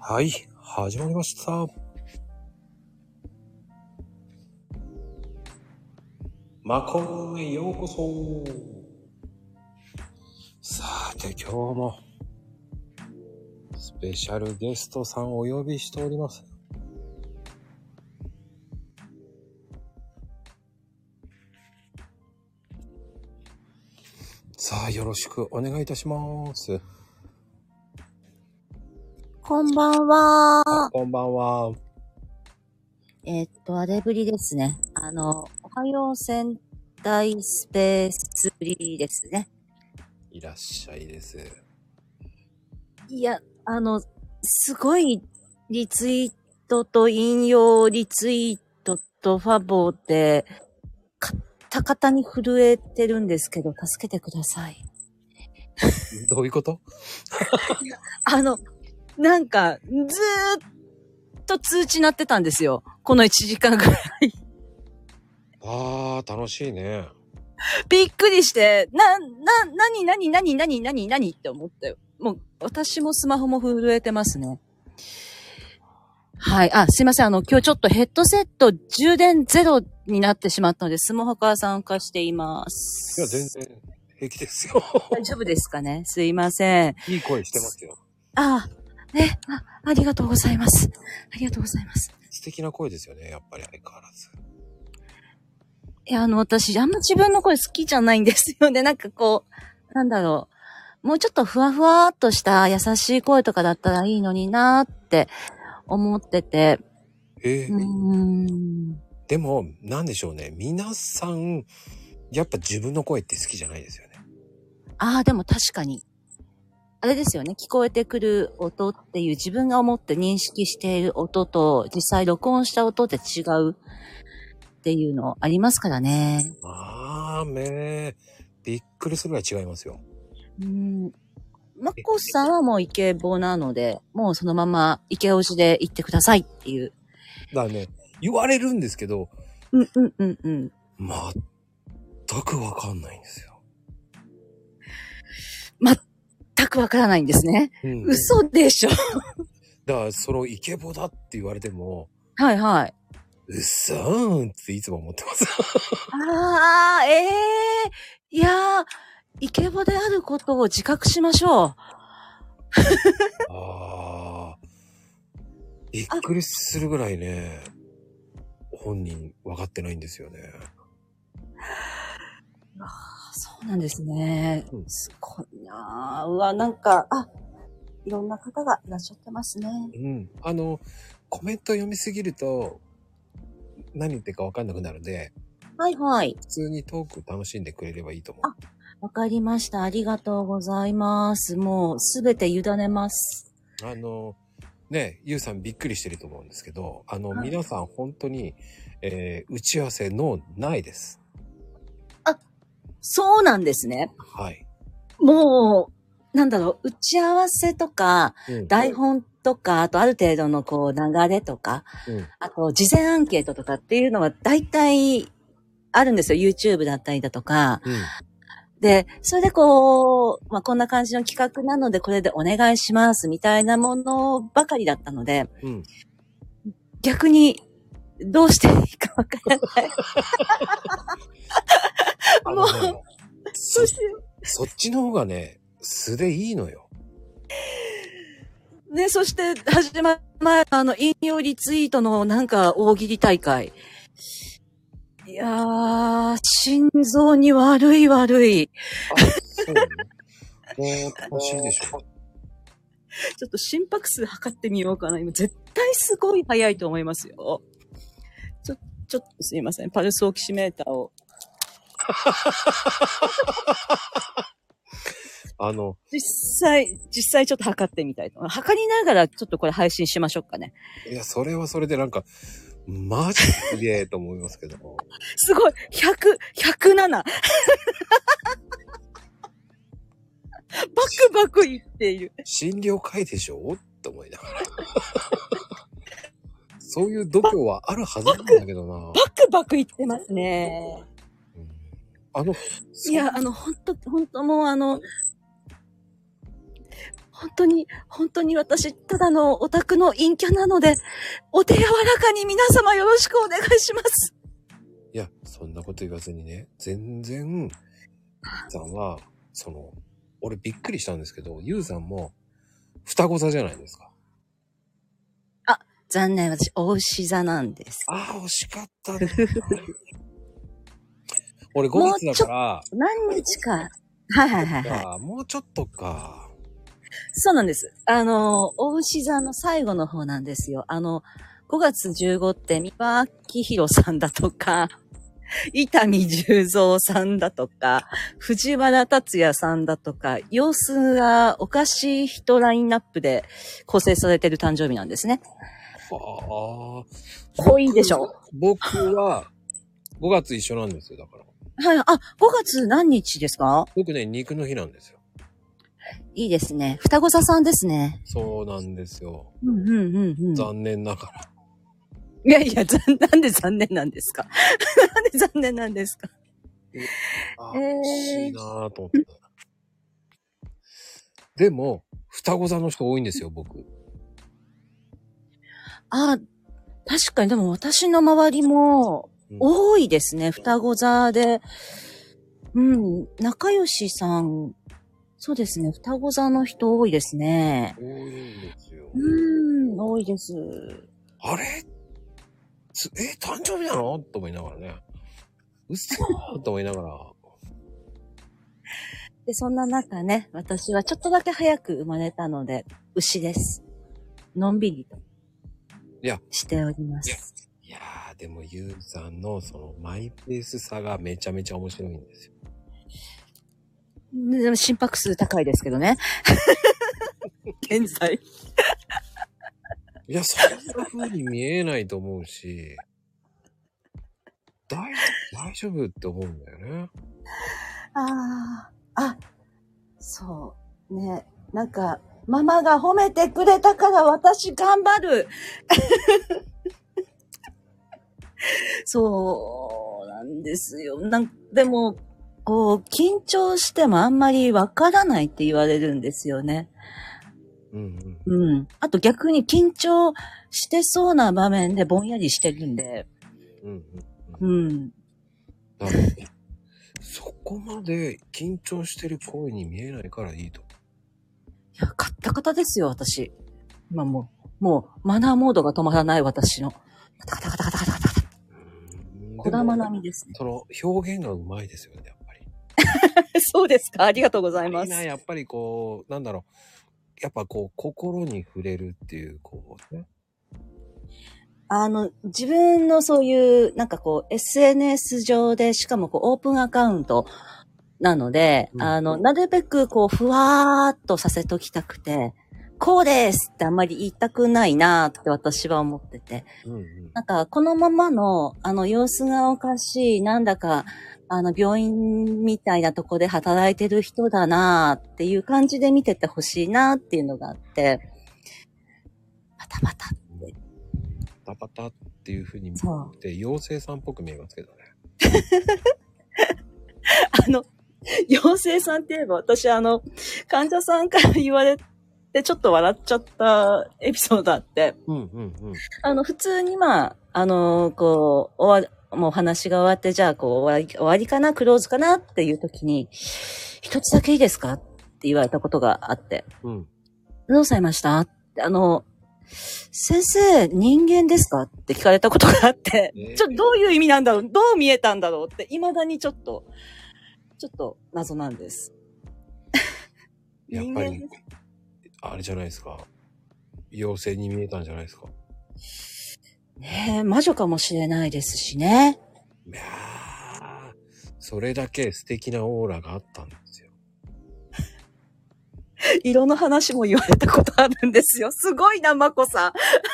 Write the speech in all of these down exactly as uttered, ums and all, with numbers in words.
はい、始まりました。マコンへようこそ。さて今日もスペシャルゲストさんをお呼びしております。さあよろしくお願いいたします。 こんばんは。 こんばんは。 えー、っと、あれぶりですね。あの、おはよう戦隊スペースぶりですね。 いらっしゃいです。 いや、あの、すごいリツイートと引用リツイートとファボで、カッタカタに震えてるんですけど、助けてください。 どういうことあの、なんか、ずーっと通知鳴ってたんですよ。このいちじかんぐらい。 あー、楽しいね。 びっくりして、な、な、なになになになになになにって思ったよ。もう、私もスマホも震えてますね。はい。あ、すいません。あの、今日ちょっとヘッドセット充電ゼロになってしまったので、スマホから参加しています。 いや、全然平気ですよ。 大丈夫ですかね？すいません。 いい声してますよ。 あ、ね、あ、ありがとうございます。ありがとうございます。 素敵な声ですよね、やっぱり相変わらず。 いや、あの、私、あんま自分の声好きじゃないんですよね。なんかこう、なんだろう。もうちょっとふわふわっとした優しい声とかだったらいいのになーって思ってて。 えー、 うーん。 でも、なんでしょうね。皆さん、やっぱ自分の声って好きじゃないですよね。 ああ、でも確かに。あれですよね。聞こえてくる音っていう自分が思って認識している音と実際録音した音って違うっていうのありますからね。 あー、めー。びっくりするぐらい違いますよ。 うーん。まこさんはもうイケボなので、もうそのままイケオジで言ってくださいっていう。 だからね、言われるんですけど、 うんうんうんうん。 全くわかんないんですよ。 全くわからないんですね。うん、嘘でしょ。 だから、そのイケボだって言われても、 はいはい。 うっそーんっていつも思ってます。 ああ、ええー、いやー、イケボであることを自覚しましょう。 ああ、びっくりするぐらいね、本人分かってないんですよね。 ああ、そうなんですね。うん、すごいなー。うわ、なんか、あ、いろんな方がいらっしゃってますね。 うん。あの、コメント読みすぎると、何言ってるか分かんなくなるんで、 はいはい。 普通にトーク楽しんでくれればいいと思う。 あ、わかりました。ありがとうございます。もうすべて委ねます。 あの、ね、ゆうさんびっくりしてると思うんですけど、あの、はい、皆さん本当に、えー、打ち合わせのないです。 あ、そうなんですね。 はい。 もう、なんだろう、打ち合わせとか、うん、台本とか、あとある程度のこう流れとか、うん、あと事前アンケートとかっていうのは大体あるんですよ。YouTube だったりだとか。うん、で、それでこう、まあ、こんな感じの企画なのでこれでお願いしますみたいなものばかりだったので、うん、逆にどうしていいかわからない。もう、 ね、そ, そっちの方がね、素でいいのよ。 ね、そして始まる前、あの、引用リツイートのなんか大喜利大会。いやー、心臓に悪い悪い。 あ、そうね。もう楽しいでしょ。 ちょっと心拍数測ってみようかな。今絶対すごい早いと思いますよ。ちょ、ちょっとすいません。パルスオキシメーターを。 あの、 実際、実際ちょっと測ってみたいと。測りながらちょっとこれ配信しましょうかね。 いや、それはそれでなんか、マジすげえと思いますけど。 すごい !ひゃく、ひゃくなな! バクバク言っている。 診療会でしょって思いながら。そういう度胸はあるはずなんだけどな。 バクバク言ってますね。 うん、あの、 いや、あの、ほんと、ほんともうあの、 本当に、本当に私、ただのオタクの陰キャなので、お手柔らかに皆様よろしくお願いします。 いや、そんなこと言わずにね、全然、さんは、その、俺びっくりしたんですけど、ゆうさんも、双子座じゃないですか。 あ、残念、私、お牛座なんです。 ああ、惜しかったね。俺ごがつだから。 何日か。はいはいはいはい。 もうちょっとか。 そうなんです。あの、お牛座の最後の方なんですよ。あの、ごがつじゅうごって三輪明宏さんだとか、伊丹十三さんだとか、藤原達也さんだとか、様子がおかしい人ラインナップで構成されている誕生日なんですね。 はあ。 濃いでしょ。 僕はごがつ一緒なんですよ、だから。 はい、あ、ごがつ何日ですか？ 僕ね、肉の日なんですよ。 いいですね。双子座さんですね。 そうなんですよ。 うんうんうんうん。 残念ながら。 いやいや、なんで残念なんですか？なんで残念なんですか？ あ、えー、欲しいなぁと思って。でも、双子座の人多いんですよ、僕。 あ、確かに、でも私の周りも多いですね、うん、双子座で。うん、仲良しさん、そうですね、双子座の人多いですね。 多いんですよ。 うん、多いです。 あれえ、誕生日なのと思いながらね。うっそーと思いながら。 で、そんな中ね、私はちょっとだけ早く生まれたので、牛です。のんびりと。 いや。 しております。 いやー、でもゆうさんのそのマイペースさがめちゃめちゃ面白いんですよ。 でも心拍数高いですけどね。現在。 いや、そんな風に見えないと思うし、大、大丈夫って思うんだよね。 ああ、あ、そう。ね。なんか、ママが褒めてくれたから私頑張る。そうなんですよ。なんでも、こう、緊張してもあんまりわからないって言われるんですよね。 うんうん。うん。あと逆に緊張してそうな場面でぼんやりしてるんで。 うんうん。うん。 だからね、そこまで緊張してる声に見えないからいいと。 いや、カッタカタですよ、私。今もう、もう、マナーモードが止まらない私の。カタカタカタカタカタカタカタ。小玉並みですね。 その表現がうまいですよね、やっぱり。 そうですか、ありがとうございます。 やっぱりこう、なんだろう。やっぱこう、心に触れるっていう、こうね。 あの、自分のそういう、なんかこう、エスエヌエス 上で、しかもこう、オープンアカウントなので、うん、あの、なるべくこう、ふわーっとさせときたくて、こうですってあんまり言いたくないなーって私は思ってて。うんうん、なんか、このままの、あの、様子がおかしい、なんだか、あの、病院みたいなとこで働いてる人だなーっていう感じで見ててほしいなーっていうのがあって、パタパタって。 パタパタっていう風に見て、妖精さんっぽく見えますけどね。 あの、妖精さんって言えば、私あの、患者さんから言われてちょっと笑っちゃったエピソードあって、うんうんうん、あの、普通にまあ、あの、こう、終わもう話が終わって、じゃあこう終わり、終わりかな、クローズかなっていう時に、一つだけいいですかって言われたことがあって、うん、どうされましたって、あの、先生、人間ですかって聞かれたことがあって、えー、ちょっとどういう意味なんだろう、どう見えたんだろうって、未だにちょっと、ちょっと謎なんです。 やっぱり、あれじゃないですか。妖精に見えたんじゃないですか。 ねえ、魔女かもしれないですしね。 いやー、それだけ素敵なオーラがあったんですよ。 色の話も言われたことあるんですよ。すごいな、まこさん。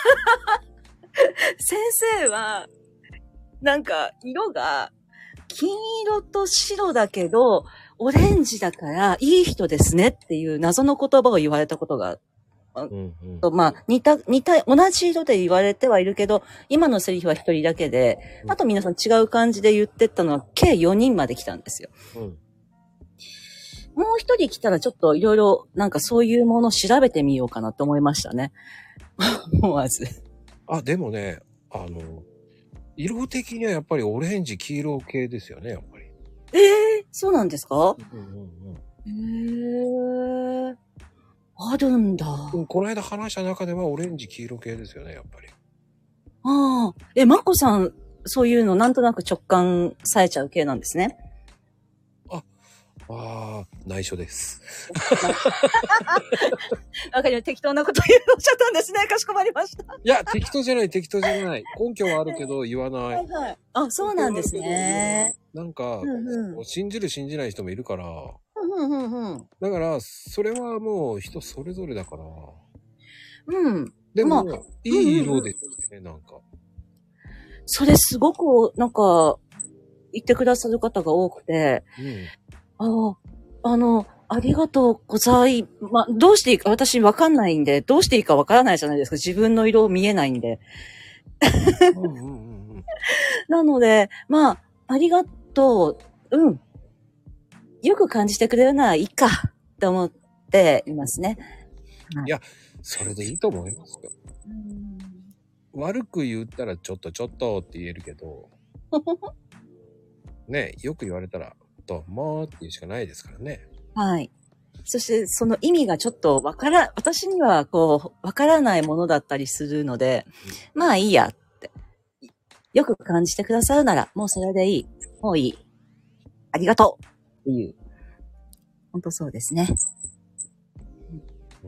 先生は、なんか、色が、金色と白だけど、オレンジだからいい人ですねっていう謎の言葉を言われたことが、うんうん、まあ、似た、似た、同じ色で言われてはいるけど、今のセリフは一人だけで、あと皆さん違う感じで言ってったのは、計よにんまで来たんですよ。うん、 もう一人来たらちょっといろいろなんかそういうものを調べてみようかなと思いましたね。思わず。 あ、でもね、あの、色的にはやっぱりオレンジ、黄色系ですよね、やっぱり。 ええー、そうなんですか？ うんうんうん。へえー。あるんだ。 この間話した中ではオレンジ、黄色系ですよね、やっぱり。 ああ。え、まこさん、そういうのなんとなく直感されちゃう系なんですね。 あ、ああ、内緒です。 わかりました。適当なこと言おっしゃったんですね。かしこまりました。 いや、適当じゃない、適当じゃない。根拠はあるけど言わない。はいはい。あ、そうなんですね。 なんか、 うんうん、 信じる信じない人もいるから。 うんうんうん。 だから、それはもう人それぞれだから。 うん。 でも、 まあ、 いい色ですね、うんうん、なんか。 それすごく、なんか、言ってくださる方が多くて、うん、ああ、あの、ありがとうございま、どうしていいか、私わかんないんで、どうしていいかわからないじゃないですか。自分の色見えないんで。うんうんうんうん、なので、まあ、ありがとう、うん。よく感じてくれるならいいか、って思っていますね。 はい、いや、それでいいと思いますよ。うん、悪く言ったらちょっとちょっとって言えるけど、ね、よく言われたら、どうもって言うしかないですからね。 はい。そして、その意味がちょっとわから、私にはこう、わからないものだったりするので、うん、まあいいやって。よく感じてくださるなら、もうそれでいい。もういい。ありがとうっていう。本当そうですね。 うーん、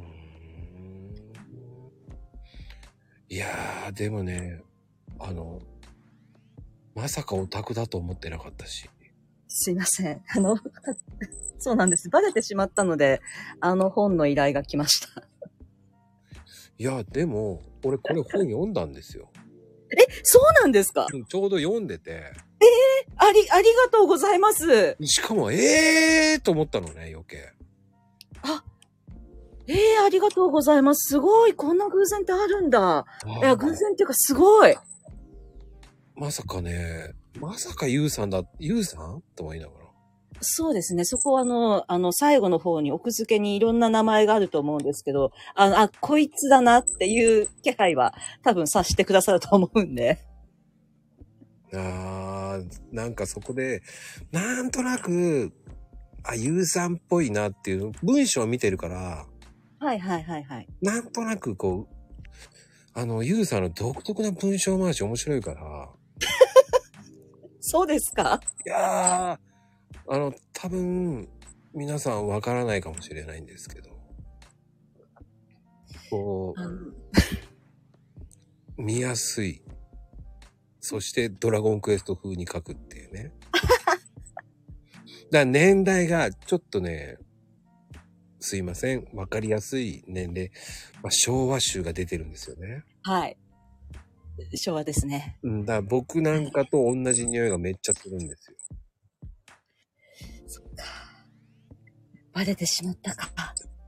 いやー、でもね、あの、まさかオタクだと思ってなかったし。 すいません。あの、そうなんです。バレてしまったので、あの本の依頼が来ました。 いや、でも、俺これ本読んだんですよ。 え、そうなんですか？ ちょうど読んでて。 えー、あり、ありがとうございます。 しかも、えーと思ったのね、余計。 あ、えー、ありがとうございます。すごい、こんな偶然ってあるんだ。いや、偶然っていうか、すごい。 まさかね、まさかゆうさんだ、ゆうさんと思いながら。 そうですね。そこはあの、あの、最後の方に奥付けにいろんな名前があると思うんですけど、あの、あ、こいつだなっていう気配は多分察してくださると思うんで。 あー、なんかそこで、なんとなく、あ、ゆうさんっぽいなっていう文章を見てるから、 はいはいはいはい。 なんとなくこう、あの、ゆうさんの独特な文章回し面白いから。 そうですか？ いやー、あの、多分、皆さんわからないかもしれないんですけど、こう、見やすい。そしてドラゴンクエスト風に書くっていうね。だから年代がちょっとね、すいません、わかりやすい年齢、まあ、昭和集が出てるんですよね。 はい。昭和ですね。 うん、だから僕なんかと同じ匂いがめっちゃするんですよ。 そっか。バレてしまったか。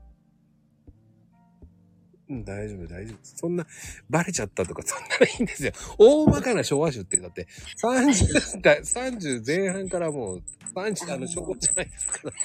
うん、大丈夫、大丈夫。そんな、バレちゃったとか、そんなのいいんですよ。大まかな昭和種って、だって、さんじゅう、さんじゅう前半からもう、さんじゅう、あの、昭和じゃないですか、だって。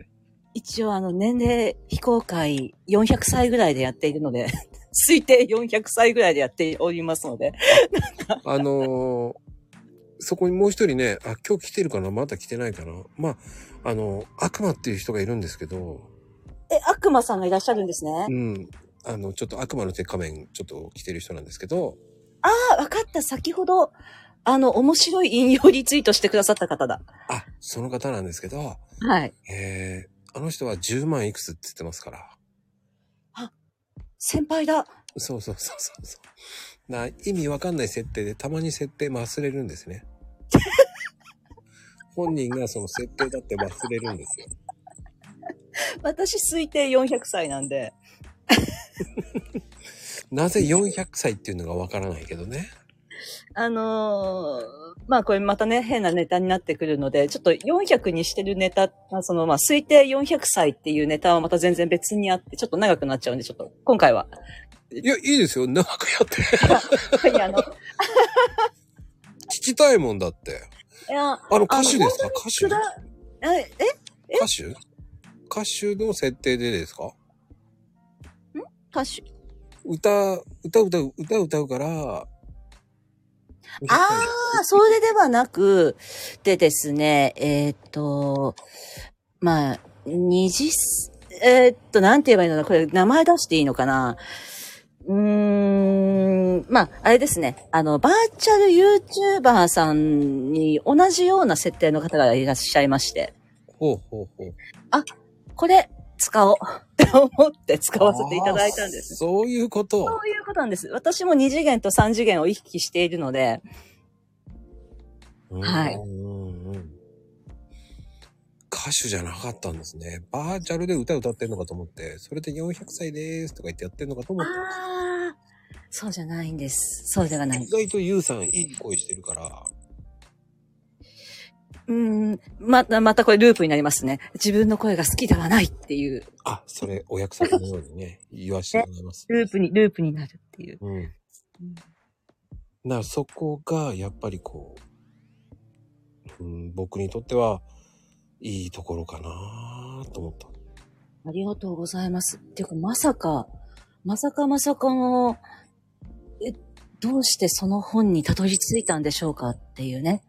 一応、あの、年齢非公開よんひゃくさいぐらいでやっているので、推定よんひゃくさいぐらいでやっておりますので。 あのー、そこにもう一人ね、あ、今日来てるかな、まだ来てないかな。まあ、あの、悪魔っていう人がいるんですけど。 え、悪魔さんがいらっしゃるんですね。 うん。あの、ちょっと悪魔の鉄仮面、ちょっと着てる人なんですけど。 ああ、わかった。先ほど、あの、面白い引用リツイートしてくださった方だ。 あ、その方なんですけど。 はい。 えー、あの人はじゅうまんいくつって言ってますから。 あ、先輩だ。 そうそうそうそうそう。な、意味わかんない設定で、たまに設定忘れるんですね。本人がその設定だって忘れるんですよ。 私推定よんひゃくさいなんで。 なぜよんひゃくさいっていうのがわからないけどね。 あのー、まあこれまたね、変なネタになってくるので、ちょっとよんひゃくにしてるネタ、そのまあ推定よんひゃくさいっていうネタはまた全然別にあって、ちょっと長くなっちゃうんで、ちょっと今回は。 いや、いいですよ。長くやって。 いや、あの、聞きたいもんだって。 いや、 あの歌手ですか？歌手？ え、え歌手？ 歌手の設定でですか？ん歌手。 歌、歌歌う、歌歌うから、ああ、それではなく、でですね、えーっと、まあ、二次、えーっと、なんて言えばいいのかな、これ名前出していいのかな。うーん、まあ、あれですね。あの、バーチャル YouTuber さんに同じような設定の方がいらっしゃいまして。 ほうほうほう。 あ、これ使おうって思って使わせていただいたんです。 そういうこと。 そういうことなんです。私もに次元とさん次元を行き来しているので。はい。 うんうん、歌手じゃなかったんですね。バーチャルで歌歌ってんのかと思って、それでよんひゃくさいでーすとか言ってやってんのかと思って。 ああ、そうじゃないんです。そうではない。 意外とユウさんいい声してるから。 うーん、また、またこれループになりますね。自分の声が好きではないっていう。 あ、それお約束のようにね、言わせてもらいます。 ループに、ループになるっていう。うん。 だからそこがやっぱりこう、うん、僕にとってはいいところかなと思った。 ありがとうございます。っていうか、まさか、まさかまさかの、え、どうしてその本にたどり着いたんでしょうかっていうね。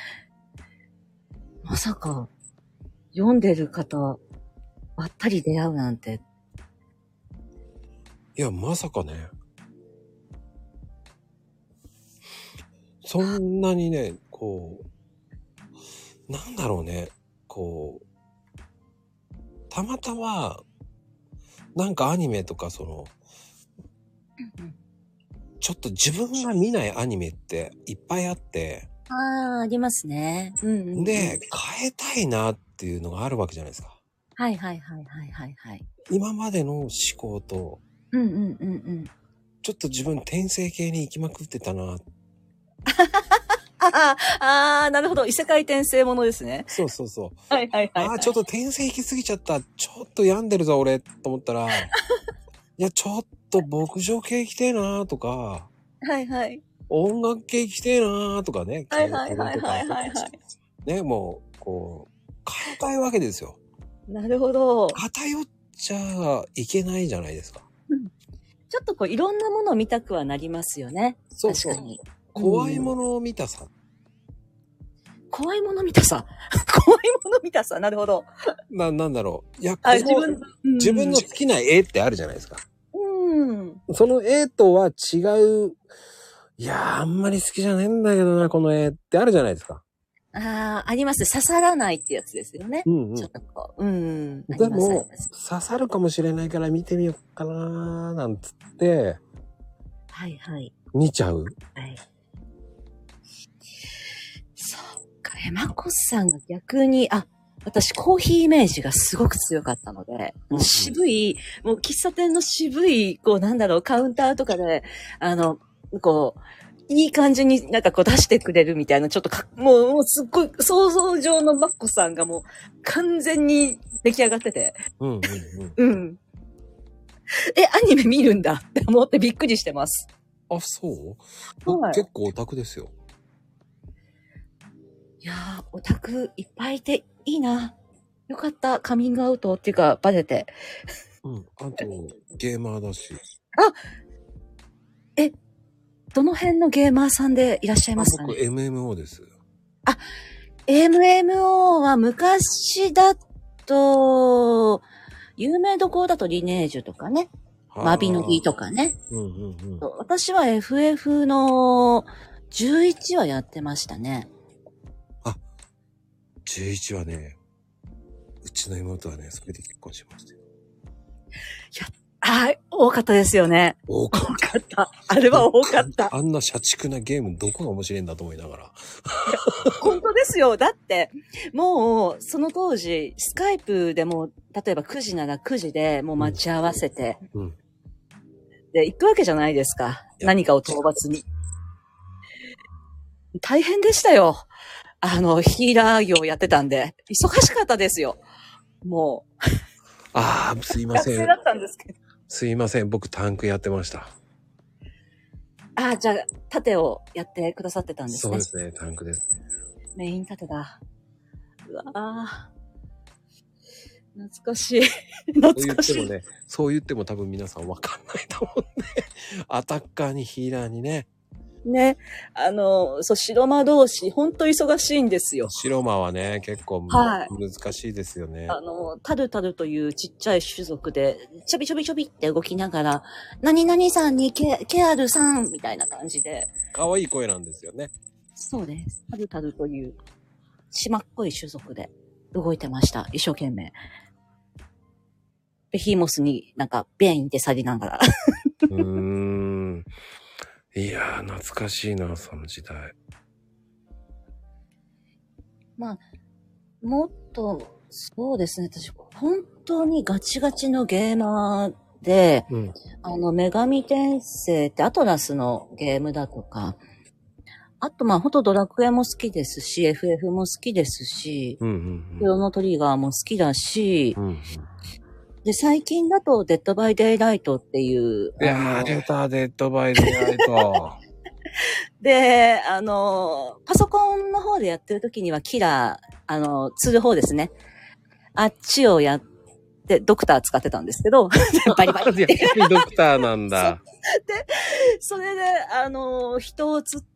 まさか、読んでる方、ばったり出会うなんて。 いや、まさかね。そんなにね、こう、なんだろうね、こう、たまたま、なんかアニメとかその、ちょっと自分が見ないアニメっていっぱいあって、 ああ、ありますね。うんうん、うん。 で、変えたいなっていうのがあるわけじゃないですか。 はいはいはいはいはいはい。 今までの思考と、 うんうんうんうん。 ちょっと自分転生系に行きまくってたな。 ああ、なるほど。異世界転生ものですね。 そうそうそう。 はいはいはい、はい。 ああ、ちょっと転生行き過ぎちゃった。ちょっと病んでるぞ、俺、と思ったら、いや、ちょっと牧場系行きてえなとか、 はいはい。 音楽系行きてえなとかね、 はいはいはいはいはい、はい。 ね、もう、こう、変えたいわけですよ。 なるほど。 偏っちゃいけないじゃないですか。 うん、ちょっとこう、いろんなものを見たくはなりますよね。 そうそう。確かに。怖いものを見たさ。 怖いもの見たさ。怖いもの見たさ。なるほど。 な、なんだろう。いや、 あ、自分、 うん、自分の好きな絵ってあるじゃないですか。 うん。 その絵とは違う、いやー、あんまり好きじゃねえんだけどな、この絵ってあるじゃないですか。 ああ、あります。刺さらないってやつですよね。うんうん。ちょっとこう。うん。 でも、刺さるかもしれないから見てみようかなー、なんつって、 はいはい。 見ちゃう。 はい。そうか、エマコスさんが逆に、あ、私コーヒーイメージがすごく強かったので、もう渋い、もう喫茶店の渋い、こうなんだろう、カウンターとかで、あの、こう、いい感じになんかこう出してくれるみたいな、ちょっとか、もう、もうすっごい想像上のマッコさんがもう完全に出来上がってて。うんうんうん。うん。え、アニメ見るんだって思ってびっくりしてます。 あ、そう？はい、結構オタクですよ。 いやー、オタクいっぱいいていいな。よかった、カミングアウトっていうか、バレて。 うん。あと、ゲーマーだし。 あえ、どの辺のゲーマーさんでいらっしゃいますかね？ 僕 エムエムオー です。 あ、エムエムオー は昔だと、有名どころだとリネージュとかね。マビノギとかね。うんうんうん、私は エフエフ のじゅういちはやってましたね。 あ、じゅういちはね、うちの妹はね、それで結婚しましたよ。 いや、はい、多かったですよね。 多かった。 あれは多かった。 あんな社畜なゲームどこが面白いんだと思いながら。 本当ですよ。だって、もう、その当時、スカイプでも、例えばくじならくじでもう待ち合わせて、うんうん、で、行くわけじゃないですか。何かを討伐に。大変でしたよ。あの、ヒーラー業やってたんで、忙しかったですよ。もう。 ああ、すいません。 学生だったんですけど。 すいません。僕タンクやってました。 ああ、じゃあ、盾をやってくださってたんですね。 そうですね。タンクですね。 メイン盾だ。うわあ。 懐かしい。懐かしい。 そう言ってもね、そう言っても多分皆さんわかんないと思うんで。アタッカーにヒーラーにね。 ね。あの、そう、白魔同士、ほんと忙しいんですよ。 白魔はね、結構、 はい、 難しいですよね。 あの、タルタルというちっちゃい種族で、ちょびちょびちょびって動きながら、何々さんにケ、ケアルさんみたいな感じで。 可愛い声なんですよね。 そうです。タルタルという、島っこい種族で動いてました。一生懸命。ベヒーモスになんか、ベーンって去りながら。 うーん。いやー、懐かしいな、その時代。 まあ、もっと、そうですね、私、本当にガチガチのゲーマーで、うん、あの、女神転生ってアトラスのゲームだとか、あと、まあ、ほんとドラクエも好きですし、エフエフ も好きですし、うんうんうん、クロノトリガーも好きだし、うんうん、で、最近だと、デッドバイデイライトっていう。 いやー、出た、デッドバイデイライト。 で、あの、パソコンの方でやってる時にはキラー、あの、ツール方ですね。あっちをやって、ドクター使ってたんですけど、バリバリって。 やっぱりドクターなんだ。 で、それで、あの、人を釣って、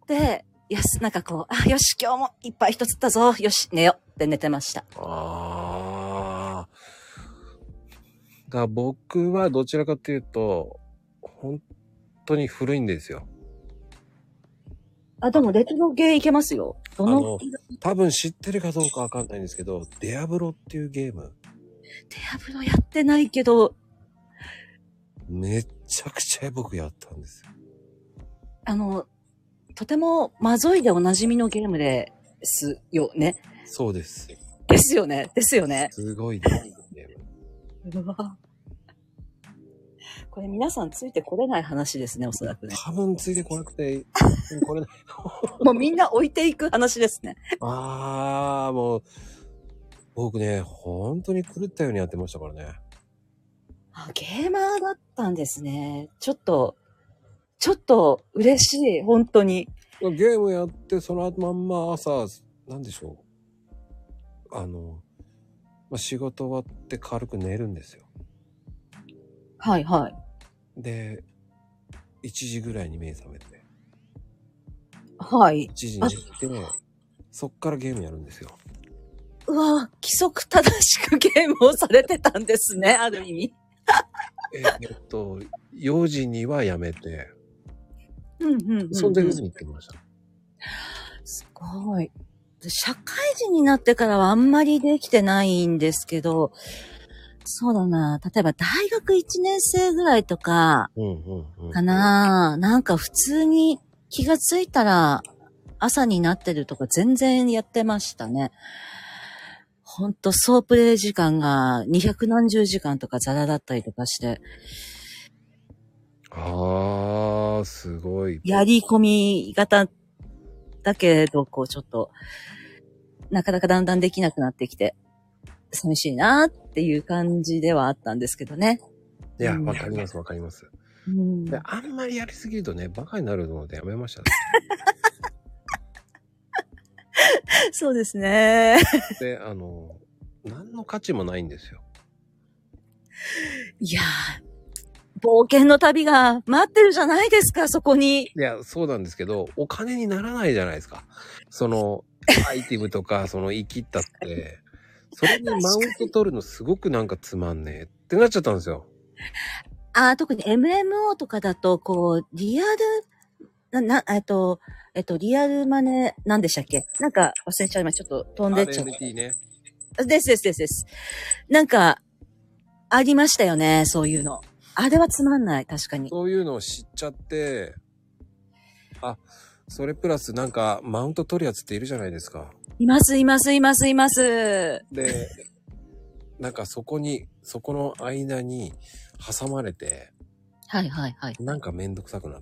よし、なんかこう、あ、よし、今日もいっぱい人釣ったぞ、よし、寝よって寝てました。 ああ。だ僕はどちらかというと、本当に古いんですよ。 あ、でもレトロゲーいけますよ。 どのあの、多分知ってるかどうかわかんないんですけど、デアブロっていうゲーム。 デアブロやってないけど。 めちゃくちゃ僕やったんですよ。 あの、とてもまずいでおなじみのゲームですよね。 そうです。 ですよね。ですよね。 すごいですね。 うわ。これ皆さんついてこれない話ですね、おそらくね。 多分ついてこなくて、これない。 もうみんな置いていく話ですね。 ああ、もう、僕ね、本当に狂ったようにやってましたからね。 あ、ゲーマーだったんですね。ちょっと、ちょっと嬉しい、本当に。 ゲームやって、そのまんま朝、なんでしょう。あの、まあ、仕事終わって軽く寝るんですよ。 はいはい。 で、いちじぐらいに目覚めて。 はい。 いちじに寝て、そっからゲームやるんですよ。 うわぁ、規則正しくゲームをされてたんですね、ある意味。 ええっと、よじにはやめて、 うんうんうんうん、 そんで海に行ってました。 すごい。社会人になってからはあんまりできてないんですけど、そうだな。例えば大学いちねん生ぐらいとか、かな、うんうんうん。なんか普通に気がついたら朝になってるとか全然やってましたね。ほんと総プレイ時間がにひゃくなんじゅうじかんとかザラだったりとかして。 あー、すごい。 やり込み型だけれど、こうちょっと、なかなかだんだんできなくなってきて、寂しいなっていう感じではあったんですけどね。 いや、わかりますわかります、うん。で。あんまりやりすぎるとね、バカになるのでやめましたね。 そうですね。 で、あの、何の価値もないんですよ。 いやー、冒険の旅が待ってるじゃないですか、そこに。 いや、そうなんですけど、お金にならないじゃないですか。その、アイテムとか、その生きったって、それにマウント取るのすごくなんかつまんねえってなっちゃったんですよ。 ああ、特に エムエムオー とかだと、こう、リアル、な、な、えっと、えっと、リアルマネ、なんでしたっけ？なんか忘れちゃいました。ちょっと飛んでっちゃう。 アールエヌティー ね。 ですですですです。なんか、ありましたよね、そういうの。あれはつまんない、確かに。 そういうのを知っちゃって、あ、それプラスなんか、マウント取るやつっているじゃないですか。 います、います、います、います。 で、なんかそこに、そこの間に挟まれて、 はいはいはい。 なんかめんどくさくなって。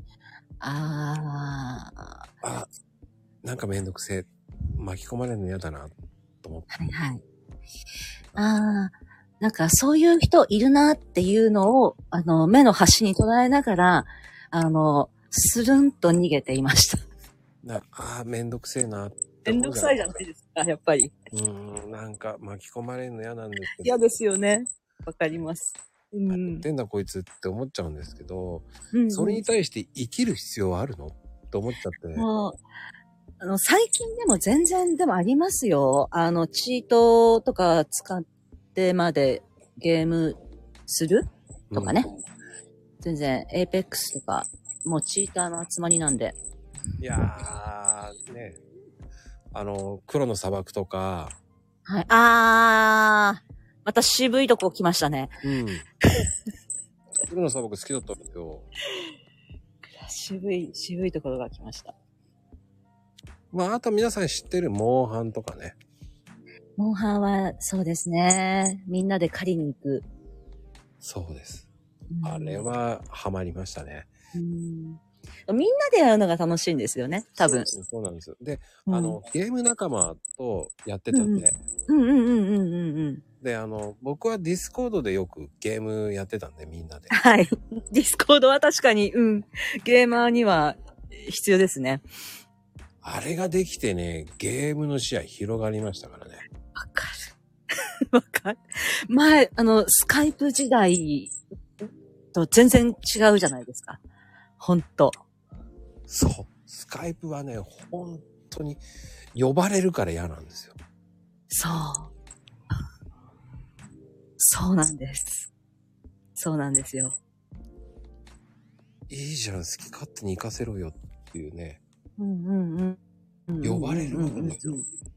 ああ。 あ、なんかめんどくせえ。巻き込まれるの嫌だな、と思って。 はいはい。ああ、なんかそういう人いるなっていうのを、あの、目の端に捉えながら、あの、スルンと逃げていました。 なああ、めんどくせえなっって思うじゃない。 めんどくさいじゃないですか、やっぱり。 うーん、なんか巻き込まれるの嫌なんですけど。 嫌ですよね。わかります。うん。 言ってんだこいつって思っちゃうんですけど、 うんうん、 それに対して生きる必要はあるのって思っちゃって。 もうあの、最近でも全然でもありますよ。あの、チートとか使ってまでゲームするとかね。うん、全然、エーペックスとか、もうチーターの集まりなんで。 いやー、ね。あの、黒の砂漠とか。 はい。あー、また渋いとこ来ましたね。 うん。黒の砂漠好きだったんですよ。 渋い、渋いところが来ました。 まあ、あと皆さん知ってるモンハンとかね。 モンハンは、そうですね。みんなで狩りに行く。そうです。うん、あれは、ハマりましたね。 うん。みんなでやるのが楽しいんですよね、多分。 そう、そうなんですよ。で、うん、あの、ゲーム仲間とやってたんで。 うんうんうんうんうんうん。 で、あの、僕はディスコードでよくゲームやってたんで、みんなで。 はい。ディスコードは確かに、うん。ゲーマーには必要ですね。 あれができてね、ゲームの視野広がりましたからね。 わかる。わかる。前、あの、スカイプ時代と全然違うじゃないですか。ほんと。 そう。スカイプはね、本当に呼ばれるから嫌なんですよ。 そう。そうなんです。そうなんですよ。 いいじゃん、好き勝手に行かせろよっていうね。 うんうんうん。 呼ばれるわけですよ。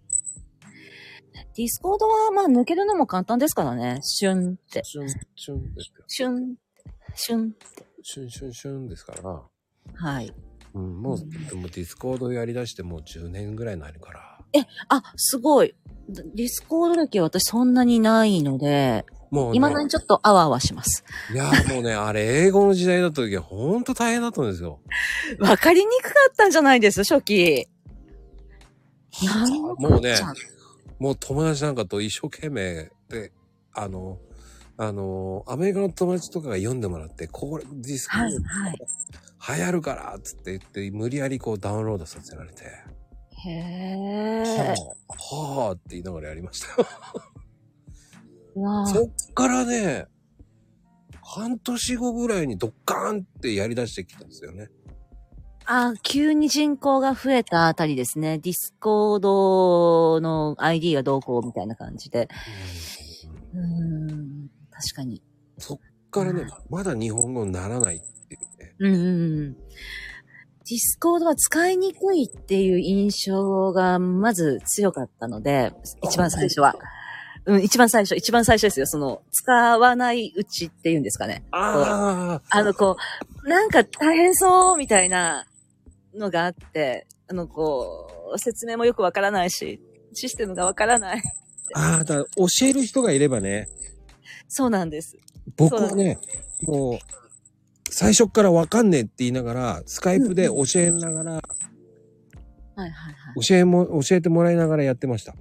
ディスコードはまあ抜けるのも簡単ですからね。シュンって。 シュン、シュンですよ。 シュン、シュンって。 シュンシュンシュンですから。 はい。 うん、もう、うん、でもディスコードやりだしてもうじゅうねんぐらいになるから。 え、あ、すごい。ディスコード歴は私そんなにないので、もう、ね、未だにちょっとあわあわします。 いやーもうね、あれ英語の時代だった時はほんと大変だったんですよ。 わかりにくかったんじゃないです初期。 もうね、もう友達なんかと一生懸命で、あの、あの、アメリカの友達とかが読んでもらって、これ、ディスコード流行るから、つって言って、無理やりこうダウンロードさせられて。 へー。 はぁ、はぁって言いながらやりましたよ。そっからね、半年後ぐらいにドッカーンってやり出してきたんですよね。 あ、急に人口が増えたあたりですね。ディスコードの アイディー がどうこうみたいな感じで。うーん、確かに。 そっからね、まだ日本語にならないっていうね。 うんうんうん。ディスコードは使いにくいっていう印象がまず強かったので、一番最初は。うん、一番最初、一番最初ですよ。その、使わないうちっていうんですかね。 ああ。あの、こう、なんか大変そうみたいなのがあって、あの、こう、説明もよくわからないし、システムがわからない。 ああ、だから教える人がいればね。 そうなんです。 僕はね、もう、最初からわかんねえって言いながら、スカイプで教えながら、うんうん、はいはいはい。 教えも、教えてもらいながらやってました。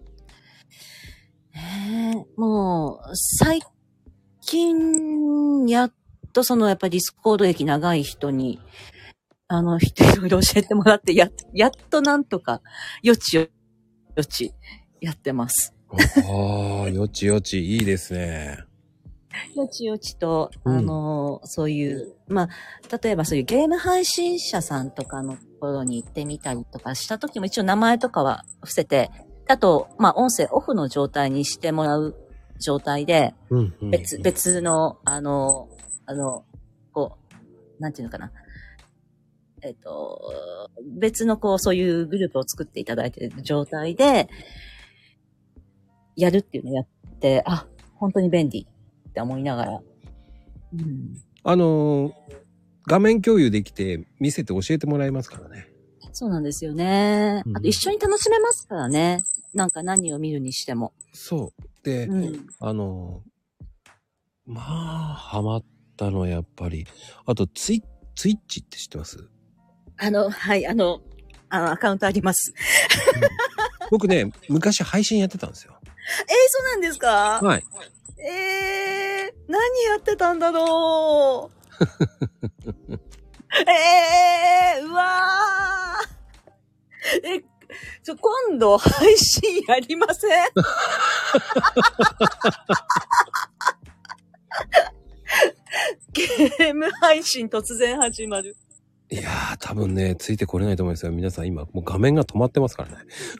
えー、もう、最近、やっとその、やっぱりディスコード歴長い人に、あの、いろいろ教えてもらって、や、やっとなんとか、よちよち、やってます。 ああ、よちよち、いいですね。 よちよちと、あの、うん、そういう、まあ、例えばそういうゲーム配信者さんとかのところに行ってみたりとかした時も一応名前とかは伏せて、あと、まあ、音声オフの状態にしてもらう状態で、 うんうん、 別、別の、あの、あの、こう、なんていうのかな。えっと、別のこう、そういうグループを作っていただいている状態で、やるっていうのをやって、あ、本当に便利って思いながら。 うん、あの、画面共有できて見せて教えてもらえますからね。 そうなんですよね。あと一緒に楽しめますからね。なんか何を見るにしても。 そう。で、うん、あの、まあ、ハマったのはやっぱり、あとツイ、ツイッチって知ってます？ あの、はい、あの、あの、アカウントあります。 うん、僕ね、昔配信やってたんですよ。 えー、そうなんですか？ はい。 えー、何やってたんだろうえー、うわーえ、 ちょ、今度配信やりませんゲーム配信突然始まる。 いやー、多分ね、ついてこれないと思いますよ。皆さん今、もう画面が止まってますからね。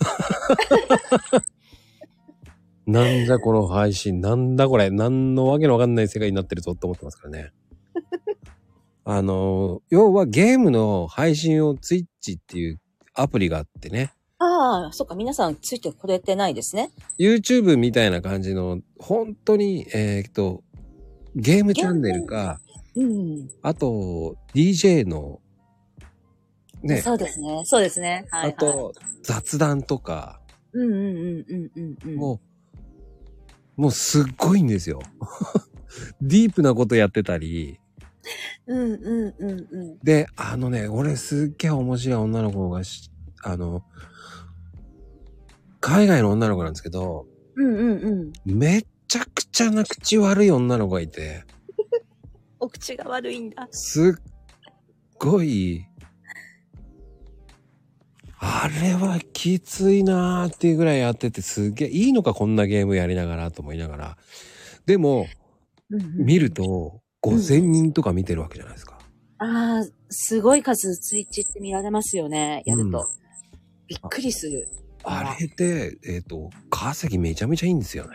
なんだこの配信、なんだこれ、なんのわけのわかんない世界になってるぞって思ってますからね。あの、要はゲームの配信をツイッチっていうアプリがあってね。 ああ、そっか、皆さんついてこれてないですね。 YouTube みたいな感じの、本当に、えーっと、ゲームチャンネルか、 うん。 あと、ディージェー の、ね。 そうですね。そうですね。はい、はい。 あと、雑談とか。 うんうんうんうんうんうん。 もう、もうすっごいんですよ。ディープなことやってたり。 うんうんうんうん。 で、あのね、俺すっげえ面白い女の子がし、あの、海外の女の子なんですけど、 うんうんうん。 めっちゃくちゃな口悪い女の子がいて。 お口が悪いんだ。 すっごい、あれはきついなーっていうぐらいやってて、すっげえいいのかこんなゲームやりながらと思いながら。でも、 うんうん、 見るとごせんにんとか見てるわけじゃないですか。 うん、ああ、すごい数ツイッチって見られますよね、やると。うん、びっくりする。 あれで、えっと、稼ぎめちゃめちゃいいんですよね。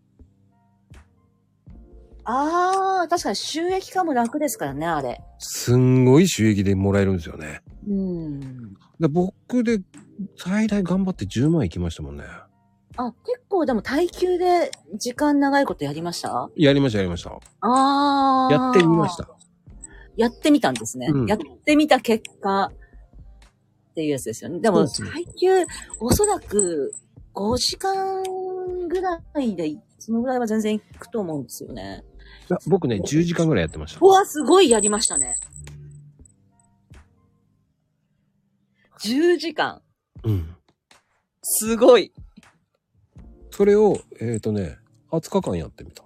ああ、確かに収益化も楽ですからね、あれ。 すんごい収益でもらえるんですよね。 うん。 で僕で最大頑張ってじゅうまんいきましたもんね。 あ、結構でも耐久で時間長いことやりました？ やりました、やりました。 ああ。 やってみました。 やってみたんですね。うん、やってみた結果っていうやつですよね。でも、耐久、おそらくごじかんぐらいで、そのぐらいは全然いくと思うんですよね。 いや僕ね、じゅうじかんぐらいやってました。 うわ、すごいやりましたね。じゅうじかん。うん。すごい。 それを、えっ、ー、とね、はつかかんやってみた。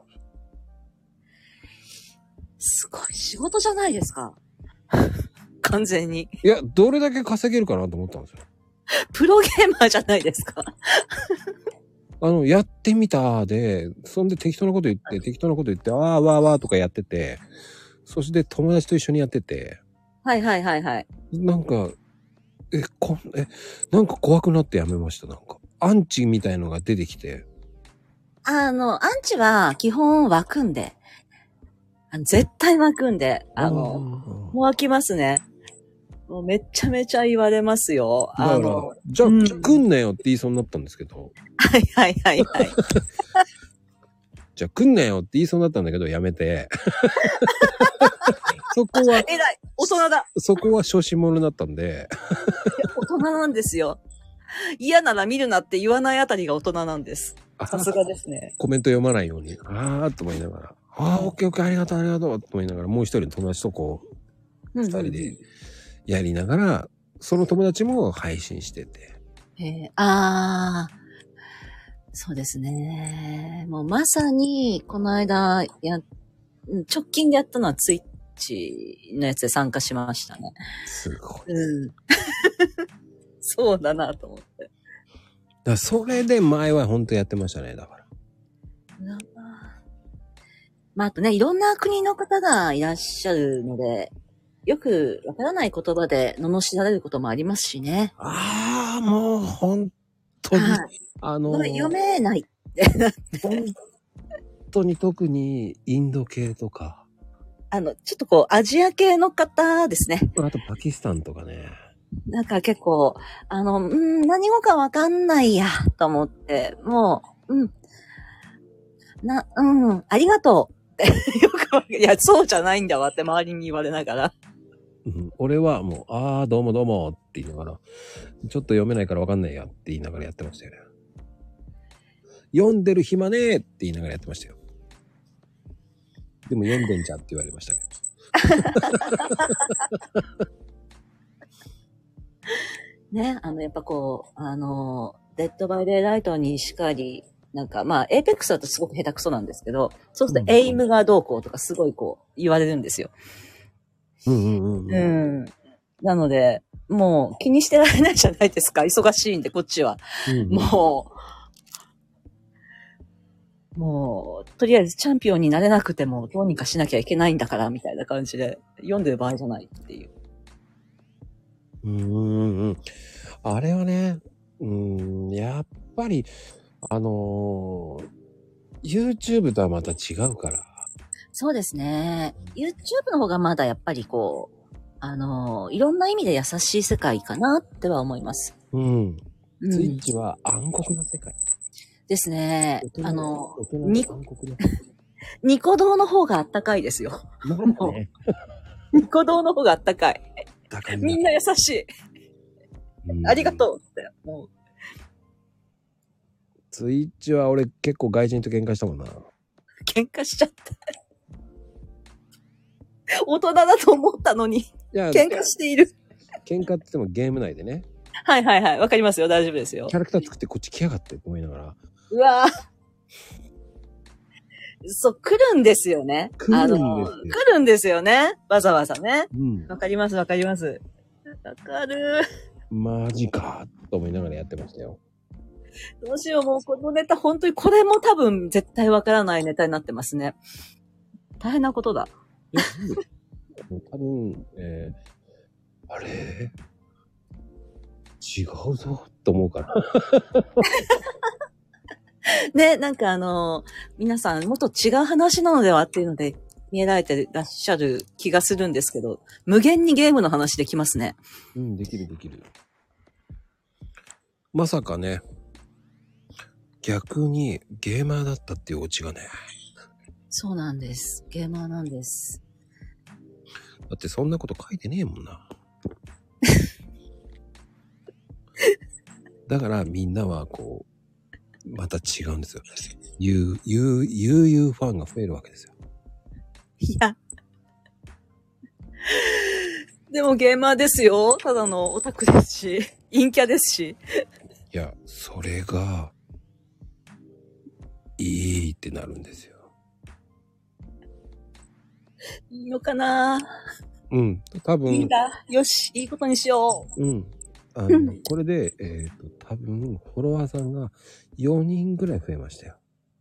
すごい。仕事じゃないですか。完全に。 いや、どれだけ稼げるかなと思ったんですよ。 プロゲーマーじゃないですか。 あの、やってみたで、そんで適当なこと言って、適当なこと言って、あーわーわーとかやってて、そして友達と一緒にやってて。 はいはいはいはい。 なんか、え、こん、え、なんか怖くなってやめました、なんか。アンチみたいのが出てきて。 あの、アンチは基本湧くんで。あの絶対湧くんで、あの、もう湧きますね。もうめちゃめちゃ言われますよ。あの、 じゃあ、うん、来んなよって言いそうになったんですけど。 はいはいはいはい。 じゃあ来んなよって言いそうになったんだけど、やめて。そこは、 偉い大人だそこは小心者だったんで。 大人なんですよ。嫌なら見るなって言わないあたりが大人なんです。さすがですね。 コメント読まないように、あーっと思いながら、あー、オッケーオッケー、ありがとうありがとうと思いながら、もう一人の友達とこう、二人でやりながら、その友達も配信してて。 へー、あー。そうですね。もうまさに、この間や、直近でやったのはツイッチのやつで参加しましたね。 すごい。 うん。そうだなと思って。 だそれで前は本当やってましたね、だから。 まあ、あとね、いろんな国の方がいらっしゃるので、よくわからない言葉で罵られることもありますしね。 ああ、もう本当に、はい、あのー、 読めないってなって。 本当に特にインド系とか。 あの、ちょっとこう、アジア系の方ですね。 あとパキスタンとかね。 なんか結構、あの、うん、何語かわかんないや、と思って、もう、うん、な、うん、ありがとうって、よく、いや、そうじゃないんだわって周りに言われながら。 うん、俺はもう、ああ、どうもどうもって言いながら、ちょっと読めないからわかんないやって言いながらやってましたよね。読んでる暇ねえって言いながらやってましたよ。でも読んでんじゃんって言われましたけど。 ね、あの、やっぱこう、あの、デッドバイデイライトにしかり、なんか、まあ、エーペックスだとすごく下手くそなんですけど、そうするとエイムがどうこうとかすごいこう、言われるんですよ。 うんうんうん、うん。 うん。なので、 もう気にしてられないじゃないですか。忙しいんで、こっちは。うん、もう、もう、とりあえずチャンピオンになれなくてもどうにかしなきゃいけないんだから、みたいな感じで、読んでる場合じゃないっていう。 うーん。あれはね、うーん、やっぱり、あのー、YouTube とはまた違うから。 そうですね。YouTube の方がまだやっぱりこう、あのー、いろんな意味で優しい世界かなっては思います。 うん。スイッチは暗黒の世界。 ですね。あの、に、ニコ動の方があったかいですよ。 ね、 ニコ動の方があったかい。みんな優しい。ありがとうって。もうスイッチは俺結構外人と喧嘩したもんな。 喧嘩しちゃった。大人だと思ったのに。いや、喧嘩している。 喧嘩って言ってもゲーム内でね。 はいはいはい。わかりますよ。大丈夫ですよ。 キャラクター作ってこっち来やがってって思いながら。 うわぁ。そう、来るんですよね。 来るんですよ。 来るんですよね。わざわざね。 うん。 わかりますわかります。わかる。 マジかと思いながらやってましたよ。 どうしよう、もうこのネタ、本当にこれも多分絶対わからないネタになってますね。大変なことだ。 いや、多分、えー、あれ違うぞと思うから。 ね、なんかあのー、皆さんもっと違う話なのではっていうので見えられてらっしゃる気がするんですけど、無限にゲームの話できますね。 うん、できるできる。まさかね、逆にゲーマーだったっていうオチがね。 そうなんです。ゲーマーなんです。 だってそんなこと書いてねえもんな。だからみんなはこう、また違うんですよ。ゆう、ゆう、ゆうゆうファンが増えるわけですよ。 いや。でもゲーマーですよ。ただのオタクですし、陰キャですし。 いや、それが、いいってなるんですよ。 いいのかな？ うん、多分。 いいんだ。よし、いいことにしよう。うん。あの、これで、えっと、多分、フォロワーさんがよにんぐらい増えましたよ。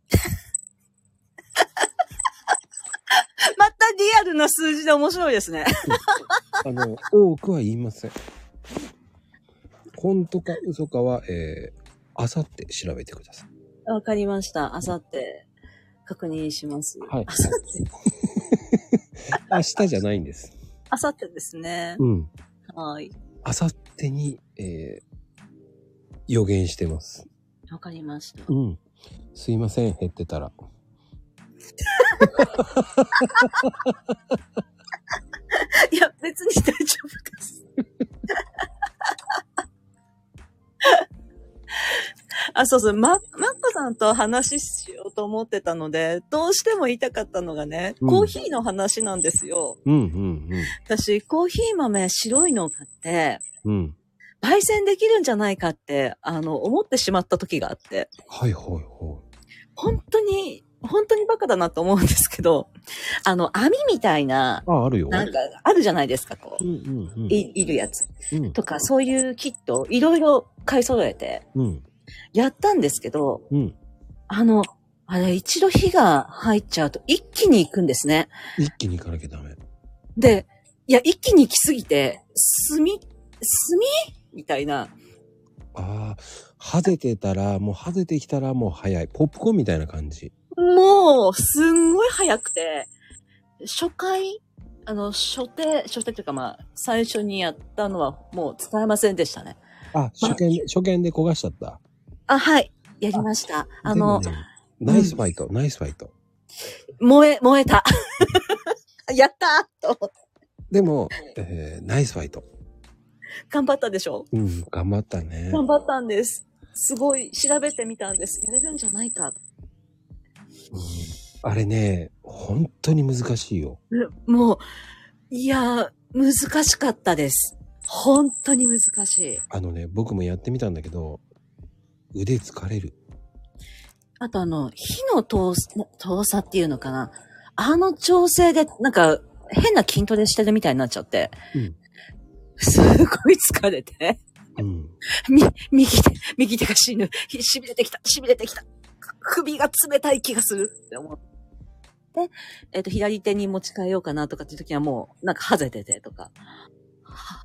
またリアルな数字で面白いですね。 あの、多くは言いません。本当か嘘かは、えー、あさって調べてください。 わかりました。あさって確認します。 はい。 あさって。 明日じゃないんです。 あさってですね。 うん。 はい。 あさってに、えー、予言してます。 わかりました。 うん。すいません、減ってたら。 いや、別に大丈夫です。あ、そうそう、ま、マッコさんと話しようと思ってたので、どうしても言いたかったのがね、うん、コーヒーの話なんですよ。 うんうんうん。 私、コーヒー豆白いのを買って、 うん。 焙煎できるんじゃないかって、あの、思ってしまった時があって。 はいはいはい。 本当に、本当にバカだなと思うんですけど、あの、網みたいな、 あ、あるよ。 なんか、あるじゃないですか、こう。 うんうんうん、 い、いるやつ、 うん。 とか、そういうキット、いろいろ買い揃えて、 うん。 やったんですけど、 うん。 あの、あれ、一度火が入っちゃうと一気に行くんですね。 一気に行かなきゃダメ。 で、いや、一気に行きすぎて、炭、炭みたいな。 ああ、はぜてたら、もうはぜてきたらもう早い。ポップコーンみたいな感じ。 もう、すんごい早くて、初回、あの、初手、初手というかまあ、最初にやったのはもう使えませんでしたね。 あ、初見で、初見で焦がしちゃった。 あ、はい。やりました。あ, あの、ね、 ナイスファイト、うん、ナイスファイト。 燃え、燃えた。やったーと。 でも、えー、ナイスファイト。 頑張ったでしょ？ うん、頑張ったね。 頑張ったんです。すごい調べてみたんです。やれるんじゃないか。 うん、あれね、本当に難しいよ。 もう、いや、難しかったです。本当に難しい。 あのね、僕もやってみたんだけど、腕疲れる。 あとあの、火の遠さっていうのかな。あの調整で、なんか、変な筋トレしてるみたいになっちゃって。うん、 すごい疲れて。 うん。 み、右手、右手が死ぬ。しびれてきた、しびれてきた。首が冷たい気がするって思って。えっ、ー、と、左手に持ち替えようかなとかっていう時はもう、なんか、はぜててとか。は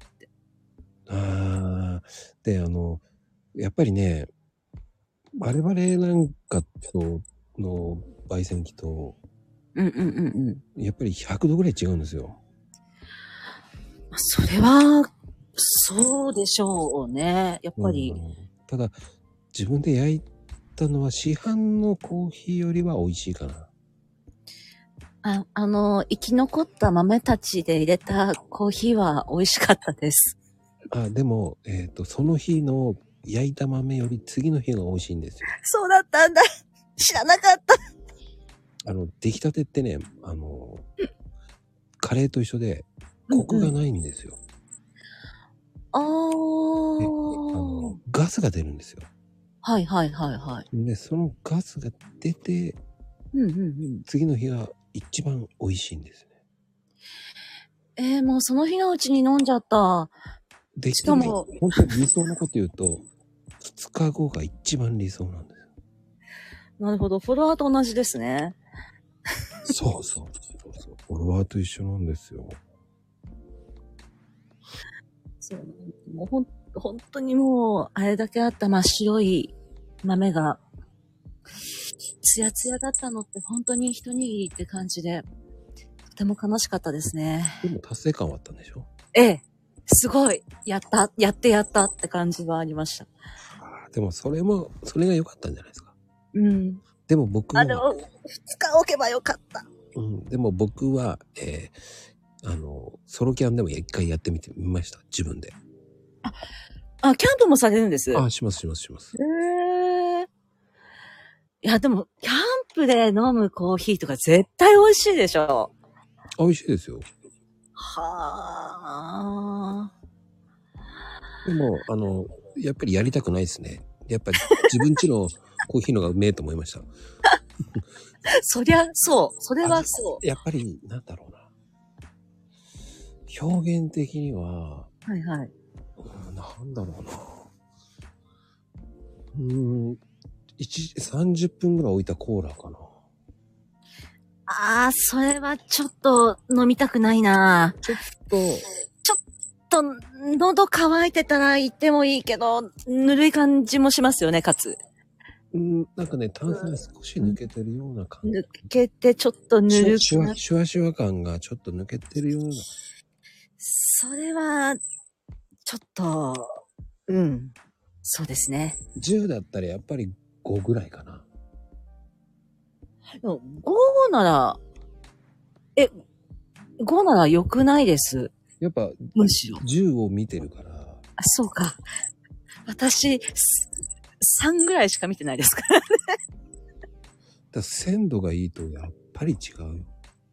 ああ、で、あの、やっぱりね、我々なんかとの焙煎機と、 うんうんうんうん。 やっぱりひゃくどぐらい違うんですよ。 それは、そうでしょうね。やっぱり。 うん、ただ、自分で焼いたのは市販のコーヒーよりは美味しいかな。 あ、あの、生き残った豆たちで入れたコーヒーは美味しかったです。 あ、でも、えっと、その日の焼いた豆より次の日が美味しいんですよ。 そうだったんだ。知らなかった。 あの、出来たてってね、あの、カレーと一緒で、コクがないんですよ。 うんうん、あで、あー。 の、ガスが出るんですよ。 はいはいはいはい。 で、そのガスが出て、 うんうんうん、 次の日が一番美味しいんですね。 えー、もうその日のうちに飲んじゃった。 で、しかも、本当に理想のこと言うと、二日後が一番理想なんですよ。 なるほど。フォロワーと同じですね。 そうそうそうそう。フォロワーと一緒なんですよ。 そう。もうほん、本当にもう、あれだけあった真っ白い豆が、ツヤツヤだったのって本当に一握りって感じで、とても悲しかったですね。 でも達成感はあったんでしょ？ ええ。すごい。やった。やってやったって感じはありました。 あ、でもそれも、それが良かったんじゃないですか。 うん。 でも僕は。 あ、でも、二日置けばよかった。 うん。でも僕は、えー、あの、ソロキャンでも一回やってみてみました。自分で。 あ、あ、キャンプもされるんです。 あ、しますしますします。 へえー。いや、でも、キャンプで飲むコーヒーとか絶対美味しいでしょ。 美味しいですよ。 はあ。 でも、あの、やっぱりやりたくないですね。やっぱり自分家のコーヒーのがうめえと思いました。 そりゃ、そう。それはそう。 やっぱり、なんだろうな。表現的には、 はいはい。 うん、なんだろうな。うーん、さんじゅっぷんぐらい置いたコーラかな。 ああ、それはちょっと飲みたくないな。 ちょっと、 ちょっと、喉乾いてたら行ってもいいけど、ぬるい感じもしますよね、かつ。 うん、なんかね、炭酸が少し抜けてるような感じ。 抜けてちょっとぬるくシュワシュワシュワ感がちょっと抜けてるような。 それは、ちょっと、うん。そうですね。 じゅうだったらやっぱりごぐらいかな。 でもごなら、え、ごなら良くないです。 やっぱ、 むしろ。 じゅうを見てるから。 あ、そうか。私、さんぐらいしか見てないですからね。 だ鮮度がいいとやっぱり違うよ。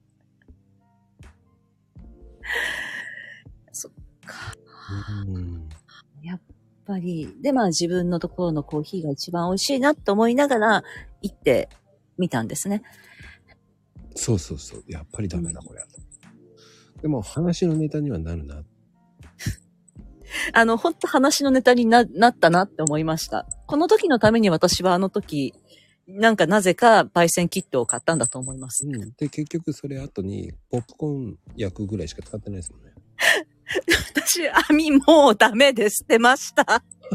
そっか。 うん。 やっぱり、で、まあ自分のところのコーヒーが一番美味しいなと思いながら行ってみたんですね。 そうそうそう。やっぱりダメだ、これ。でも話のネタにはなるな。 あの、ほんと話のネタに な, なったなって思いました。この時のために私はあの時、なんかなぜか焙煎キットを買ったんだと思います。 うん。で、結局それ後にポップコーン焼くぐらいしか使ってないですもんね。 私、網もうダメで捨てました。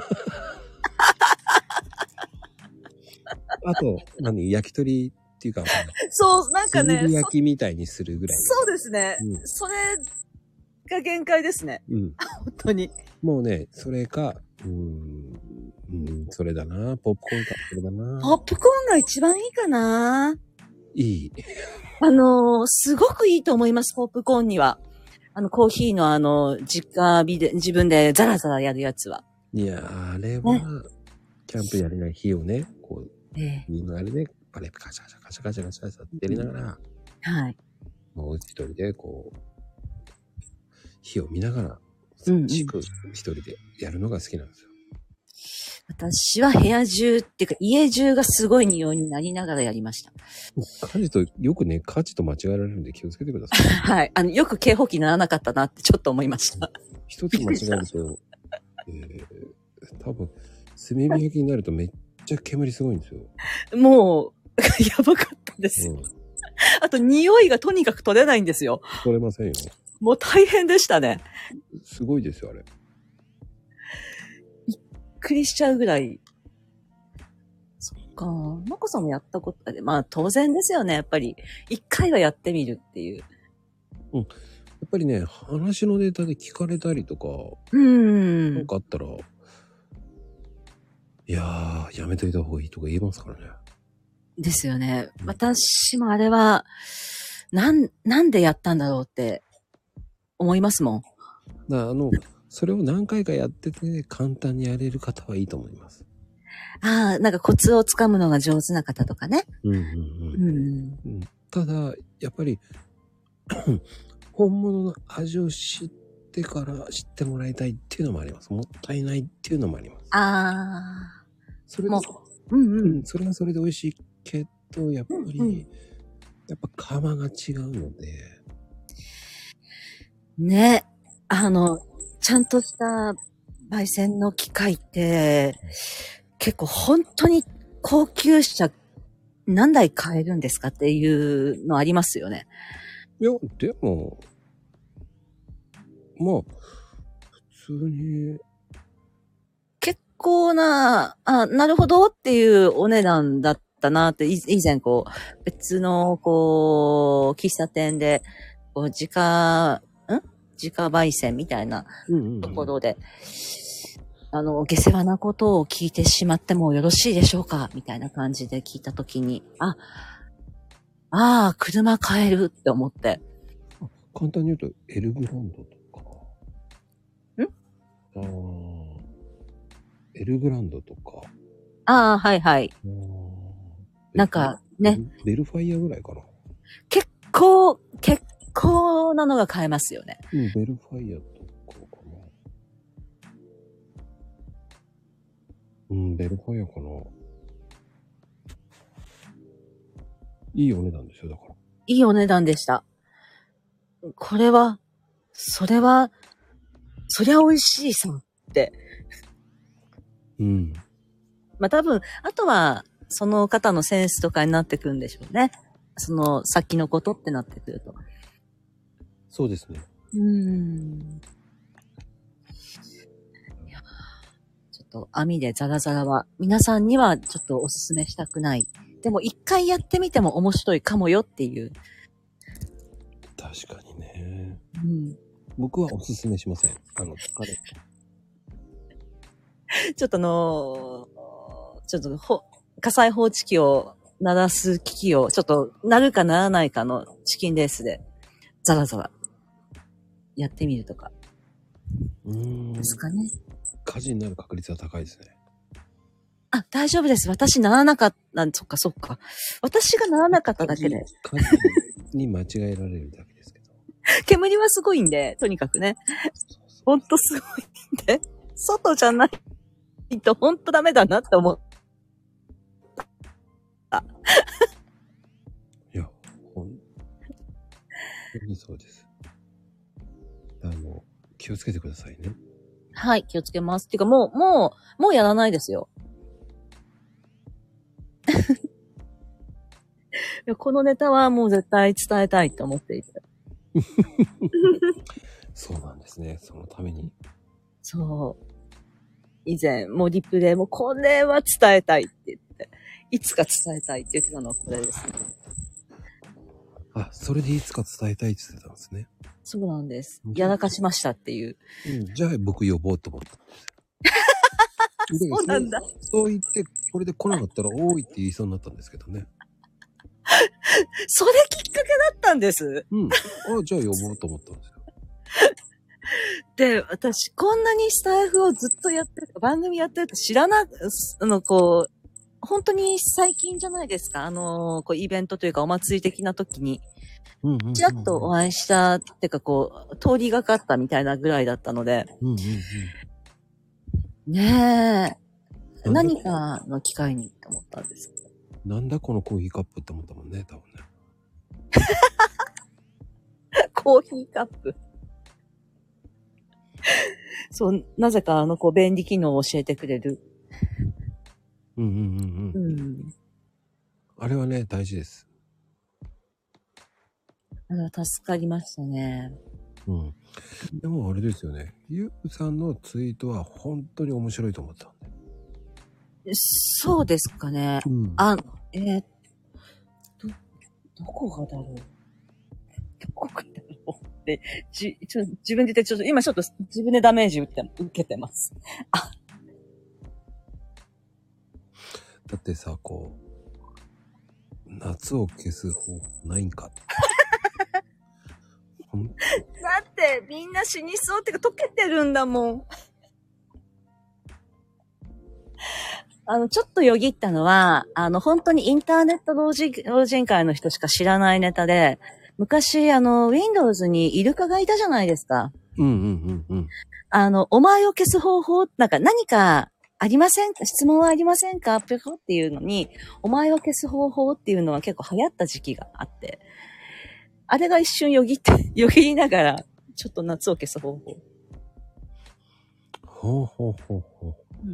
あと、何焼き鳥っていうか、 そう、なんかね。 炭火焼きみたいにするぐらい。 そうですね。うん、それが限界ですね。うん。本当に。 もうね、それか、うーん、うん、それだな。ポップコーンか、それだな。 ポップコーンが一番いいかな。 いい。 あのー、すごくいいと思います、ポップコーンには。あの、コーヒーのあの、直火で、自分でザラザラやるやつは。 いや、あれは、ね、キャンプやれない火をね、こう、 ええ、 みんなあれで、あれ、カシャカシャカシャカシャカシャカシャってやりながら、 はい。 もう一人で、こう、火を見ながら、楽しく一人でやるのが好きなんですよ。 私は部屋中っていうか家中がすごい匂いになりながらやりました。 火事と、よくね、火事と間違えられるんで気をつけてください。 はい。あの、よく警報器ならなかったなってちょっと思いました。 一つ間違えると、えー、多分、炭火焼きになるとめっちゃ煙すごいんですよ。 もう、やばかったです。うん、あと、匂いがとにかく取れないんですよ。 取れませんよ。 もう大変でしたね。 すごいですよ、あれ。 びっくりしちゃうぐらい。そっか。まこさんもやったことで、まあ当然ですよね、やっぱり。一回はやってみるっていう。 うん。やっぱりね、話のネタで聞かれたりとか、 うん。 なんかあったら、いやー、やめといた方がいいとか言えますからね。 ですよね。うん、私もあれは、なん、なんでやったんだろうって思いますもん。 だあの、それを何回かやってて簡単にやれる方はいいと思います。 ああ、なんかコツをつかむのが上手な方とかね。 うんうんうん。うんうん、ただ、やっぱり、本物の味を知ってから知ってもらいたいっていうのもあります。もったいないっていうのもあります。 ああ。 それで、うんうん、それはそれで美味しいけど、やっぱり、うんうん、やっぱ釜が違うので。 ね。あの、ちゃんとした焙煎の機械って、結構本当に高級車何台買えるんですかっていうのありますよね。 いや、でも、まあ、普通に。 結構な、あ、なるほどっていうお値段だったなって、以前こう、別のこう、喫茶店で、こう、自家、ん自家焙煎みたいなところで、うんうんうん、あの、下世話なことを聞いてしまってもよろしいでしょうかみたいな感じで聞いたときに、あ、ああ、車買えるって思って。 簡単に言うと、エルグランドとか。 んああ、エルグランドとか。 ああ、はいはい。なんか、ね。 ベルファイアぐらいかな。 結構、結構なのが買えますよね。 うん、ベルファイアとかかな。うん、ベルファイアかな。いいお値段ですよ、だから。 いいお値段でした。これは、それは、そりゃ美味しいさって。 うん。 まあ多分、あとは、その方のセンスとかになってくるんでしょうね。その先のことってなってくると。 そうですね。 うーん。いや、ちょっと網でザラザラは、皆さんにはちょっとおすすめしたくない。でも一回やってみても面白いかもよっていう。 確かにね。 うん。 僕はおすすめしません。あの、疲れ。 ちょっとあのー、ちょっとほ、火災報知器を鳴らす機器を、ちょっと鳴るか鳴らないかのチキンレースで、ザラザラ、やってみるとか。 うーん。 ですかね。 火事になる確率は高いですね。 あ、大丈夫です。私ならなかった、そっかそっか。私がならなかっただけで。 火事に間違えられるだけですけど。 煙はすごいんで、とにかくね。ほんとすごいんで。外じゃないとほんとダメだなって思った。 いや、ほんとにそうです。あの、気をつけてくださいね。 はい、気をつけます。っていうかもう、もう、もうやらないですよ。いやこのネタはもう絶対伝えたいと思っていて。 そうなんですね。そのために。 そう。以前、もうリプでもうこれは伝えたいって言って、いつか伝えたいって言ってたのはこれですね。 あ、それでいつか伝えたいって言ってたんですね。 そうなんです。やらかしましたっていう。 うん、じゃあ僕呼ぼうと思ったんですよ。 そうなんだ。 そう言って、これで来なかったら多いって言いそうになったんですけどね。 それきっかけだったんです。 うん。あ、じゃあ呼ぼうと思ったんですよ。 で、私、こんなにスタイフをずっとやってる、番組やってるって知らな、あの、こう、本当に最近じゃないですか。あの、こう、イベントというかお祭り的な時に、ちらっとお会いした、っていうかこう、通りがかったみたいなぐらいだったので、 うんうんうん、 ねえ。 何かの機会にって思ったんです。 なんだこのコーヒーカップって思ったもんね、多分ね。 コーヒーカップ。そう、なぜかあの、こう、便利機能を教えてくれる。 うんうんうんうん。うん、あれはね、大事です。 あれは助かりましたね。 うん。でもあれですよね。ゆうさんのツイートは本当に面白いと思ってたんで。そうですかね。うん、あ、えー、ど、どこがだろう。どこがだろうって、じ、ちょ、自分で言って、ちょっと、今ちょっと自分でダメージ受けて、受けてます。あ。 だってさ、こう、夏を消す方法ないんかだってみんな死にそうってか溶けてるんだもん。あの、ちょっとよぎったのは、あの、本当にインターネット老人、老人会の人しか知らないネタで、昔、あの、Windows にイルカがいたじゃないですか。 うんうんうんうん。 あの、お前を消す方法、なんか何かありませんか、質問はありませんかぴょこっていうのに、お前を消す方法っていうのは結構流行った時期があって、あれが一瞬よぎって、よぎりながら、ちょっと夏を消す方法。 ほうほうほうほう。うん、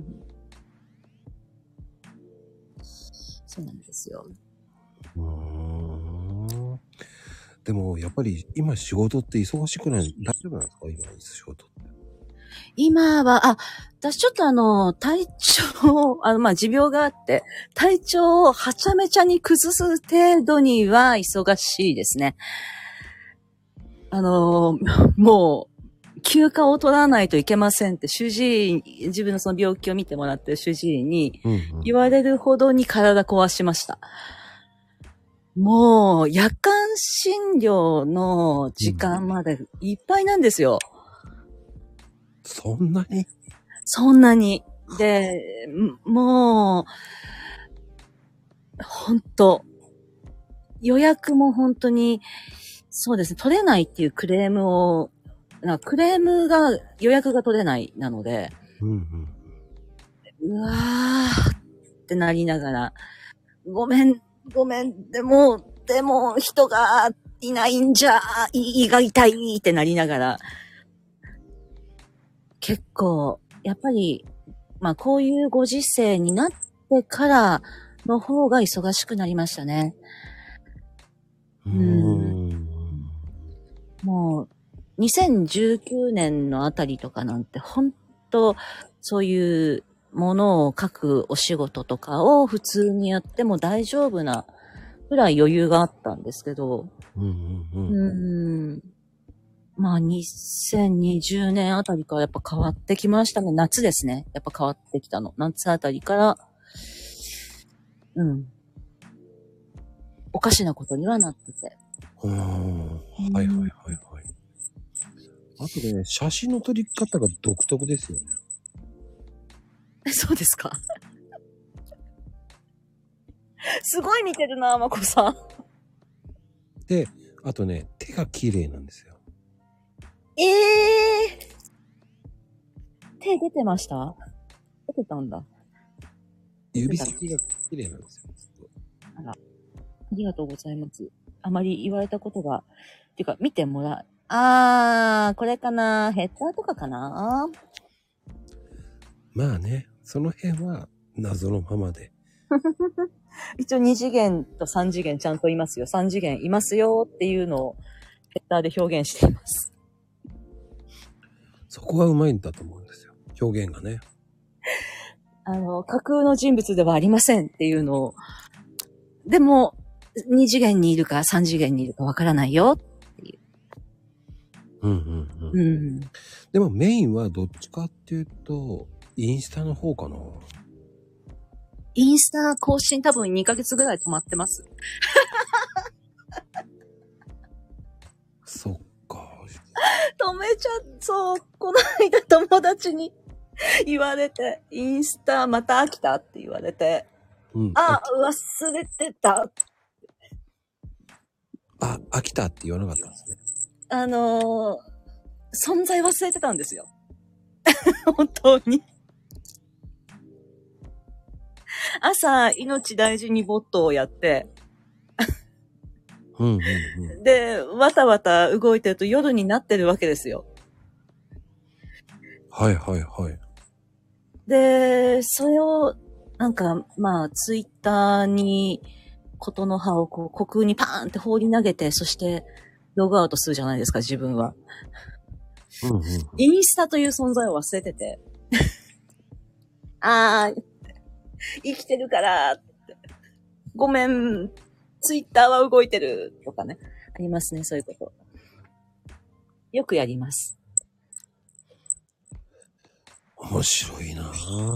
そうなんですよ。 うーん。でも、やっぱり今仕事って忙しくない、大丈夫なんですか今仕事って。 今は、あ、私ちょっとあの、体調、あの、まあ、持病があって、体調をはちゃめちゃに崩す程度には忙しいですね。あの、もう、休暇を取らないといけませんって主治医、自分のその病気を見てもらってる主治医に言われるほどに体壊しました。もう、夜間診療の時間までいっぱいなんですよ。 そんなに？ そんなに。で、もう、ほんと、予約も本当に、そうですね、取れないっていうクレームを、なクレームが、予約が取れないなので、うんうん、うわーってなりながら、ごめん、ごめん、でも、でも、人がいないんじゃ、胃が痛いってなりながら、結構、やっぱり、まあこういうご時世になってからの方が忙しくなりましたね。うん。もう、にせんじゅうきゅうねんのあたりとかなんて、ほんと、そういうものを書くお仕事とかを普通にやっても大丈夫なぐらい余裕があったんですけど、うんうんうん、うんまあ、にせんにじゅうねんあたりからやっぱ変わってきましたね。夏ですね。やっぱ変わってきたの。夏あたりから、うん。おかしなことにはなってて。 うーん。はいはいはいはい。あとね、写真の撮り方が独特ですよね。 え、そうですかすごい見てるな、まこさん。 で、あとね、手が綺麗なんですよ。 ええー、手出てました？出てたんだ。 指先が綺麗なんですよ。 あら、ありがとうございます。あまり言われたことが、っていうか、見てもらう。あー、これかな、ヘッダーとかかな。 まあね、その辺は謎のままで。 一応に次元とさん次元ちゃんといますよ。さん次元いますよっていうのをヘッダーで表現しています。 そこがうまいんだと思うんですよ。表現がね。あの、架空の人物ではありませんっていうのを、でも、に次元にいるかさん次元にいるかわからないよっていう。 うんうんうん。うん、でもメインはどっちかっていうと、インスタの方かな。 インスタ更新多分にかげつぐらい止まってます。 そっか。 止めちゃ、そう、この間友達に言われて、インスタまた飽きたって言われて、うん、あ、忘れてた。 あ、飽きたって言わなかったんですね。 あのー、存在忘れてたんですよ。本当に。 朝、命大事にボットをやって、 うんうんうん、 で、わたわた動いてると夜になってるわけですよ。 はいはいはい。 で、それを、なんか、まあ、ツイッターに、ことの葉をこう、虚空にパーンって放り投げて、そして、ログアウトするじゃないですか、自分は。 うんうん、 インスタという存在を忘れてて。あー、生きてるから、ごめん、ツイッターは動いてる、とかね。ありますね、そういうこと。よくやります。 面白いなぁ。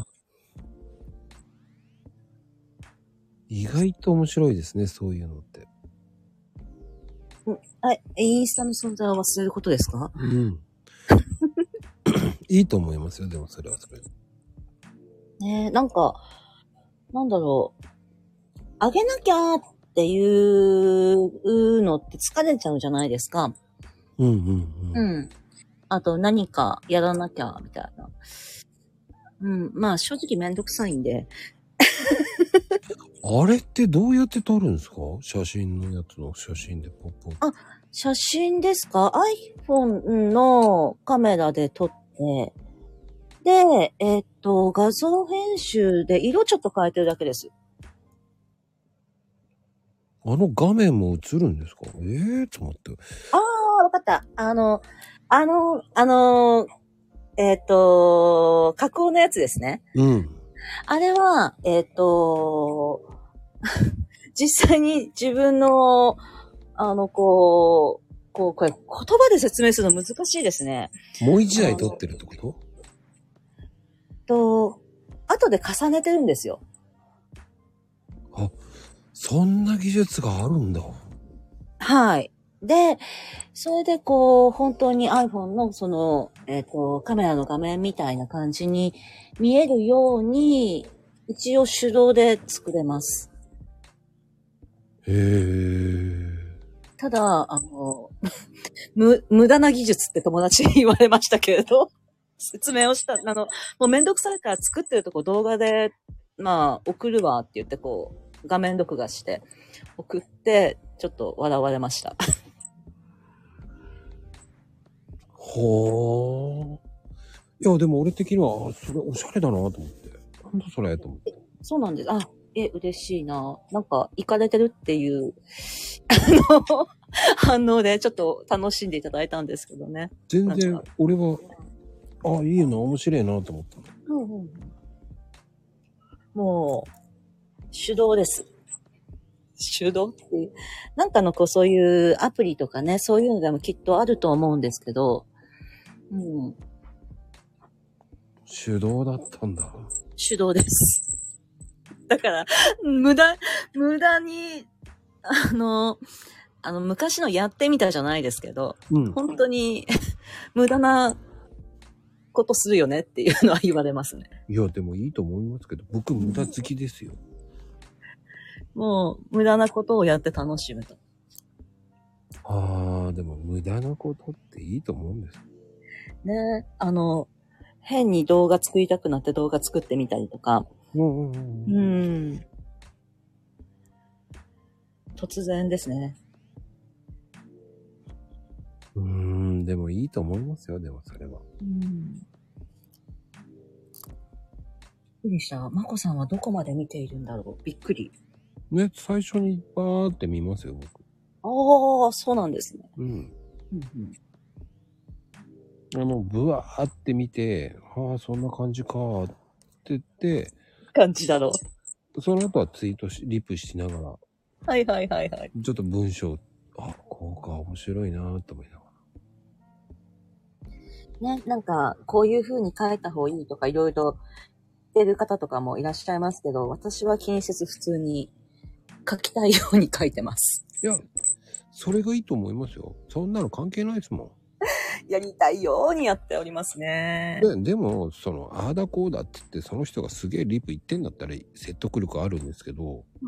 意外と面白いですね、そういうのって。 んあ、インスタの存在を忘れることですか？ うん。いいと思いますよ、でもそれはそれ。 ねえ、なんか、なんだろう。あげなきゃっていうのって疲れちゃうじゃないですか。 うんうんうん。 うん。あと何かやらなきゃ、みたいな。うん。まあ正直めんどくさいんで。 あれってどうやって撮るんですか？写真のやつの写真でポッポッ。 あ、写真ですか？ iPhone のカメラで撮って、で、えっと、画像編集で色ちょっと変えてるだけです。 あの画面も映るんですか？ええー、と思って。 ああ、わかった。あの、あの、あの、えっと、加工のやつですね。 うん。 あれは、えっと、実際に自分の、あの、こう、こう、これ言葉で説明するの難しいですね。 もう一台撮ってるってこと？ と、後で重ねてるんですよ。 あ、そんな技術があるんだ。 はい。で、それでこう、本当に iPhone のその、えっと、カメラの画面みたいな感じに見えるように、一応手動で作れます。 へー。 ただ、あの、む、無駄な技術って友達に言われましたけれど、説明をした、あの、もうめんどくさいから作ってるとこ動画で、まあ、送るわって言ってこう、画面録画して送って、ちょっと笑われました。 ほー。いや、でも俺的には、それおしゃれだなと思って。なんだそれと思って。 そうなんです。あ、え、嬉しいな。なんか、行かれてるっていう、あの、反応でちょっと楽しんでいただいたんですけどね。 全然、俺は、あ、いいな、面白いなと思った。 うんうん。もう、手動です。手動っていう。なんかのこう、そういうアプリとかね、そういうのでもきっとあると思うんですけど、うん。 手動だったんだ。 手動です。だから、無駄、無駄に、あの、あの、昔のやってみたじゃないですけど、うん、本当に無駄なことするよねっていうのは言われますね。 いや、でもいいと思いますけど、僕無駄好きですよ。 もう、無駄なことをやって楽しむと。 ああ、でも無駄なことっていいと思うんです。 ね、あの、変に動画作りたくなって動画作ってみたりとか。 うんうんうん。うん。 突然ですね。 うーん、でもいいと思いますよ、でもそれは。うん。 びっくりした。まこさんはどこまで見ているんだろう。びっくり。 ね、最初にバーって見ますよ、僕。 ああ、そうなんですね。 うん。うんうん、あの、ブワーって見て、ああ、そんな感じかーって言って、 感じだろう。その後はツイートし、リプしながら。 はいはいはいはい。 ちょっと文章、あ、こうか、面白いなーって思いながら。ね、なんか、こういう風に書いた方がいいとか、いろいろ言ってる方とかもいらっしゃいますけど、私は気にせず普通に書きたいように書いてます。 いや、それがいいと思いますよ。そんなの関係ないですもん。 やりたいようにやっておりますね。 で、でも、その、ああだこうだって言って、その人がすげえリプ言ってんだったら説得力あるんですけど、うん。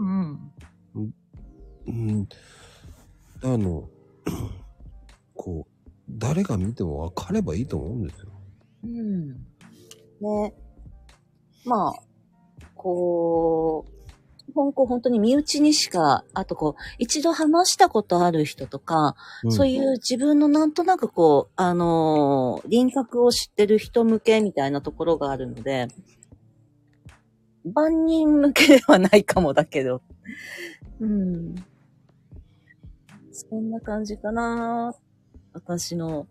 うん。あの、こう、誰が見ても分かればいいと思うんですよ。 うん。ね。まあ、 こう、本当本当に身内にしか、あとこう、一度話したことある人とか、うん、そういう自分のなんとなくこう、あのー、輪郭を知ってる人向けみたいなところがあるので、万人向けではないかもだけど、うん。そんな感じかな、私の。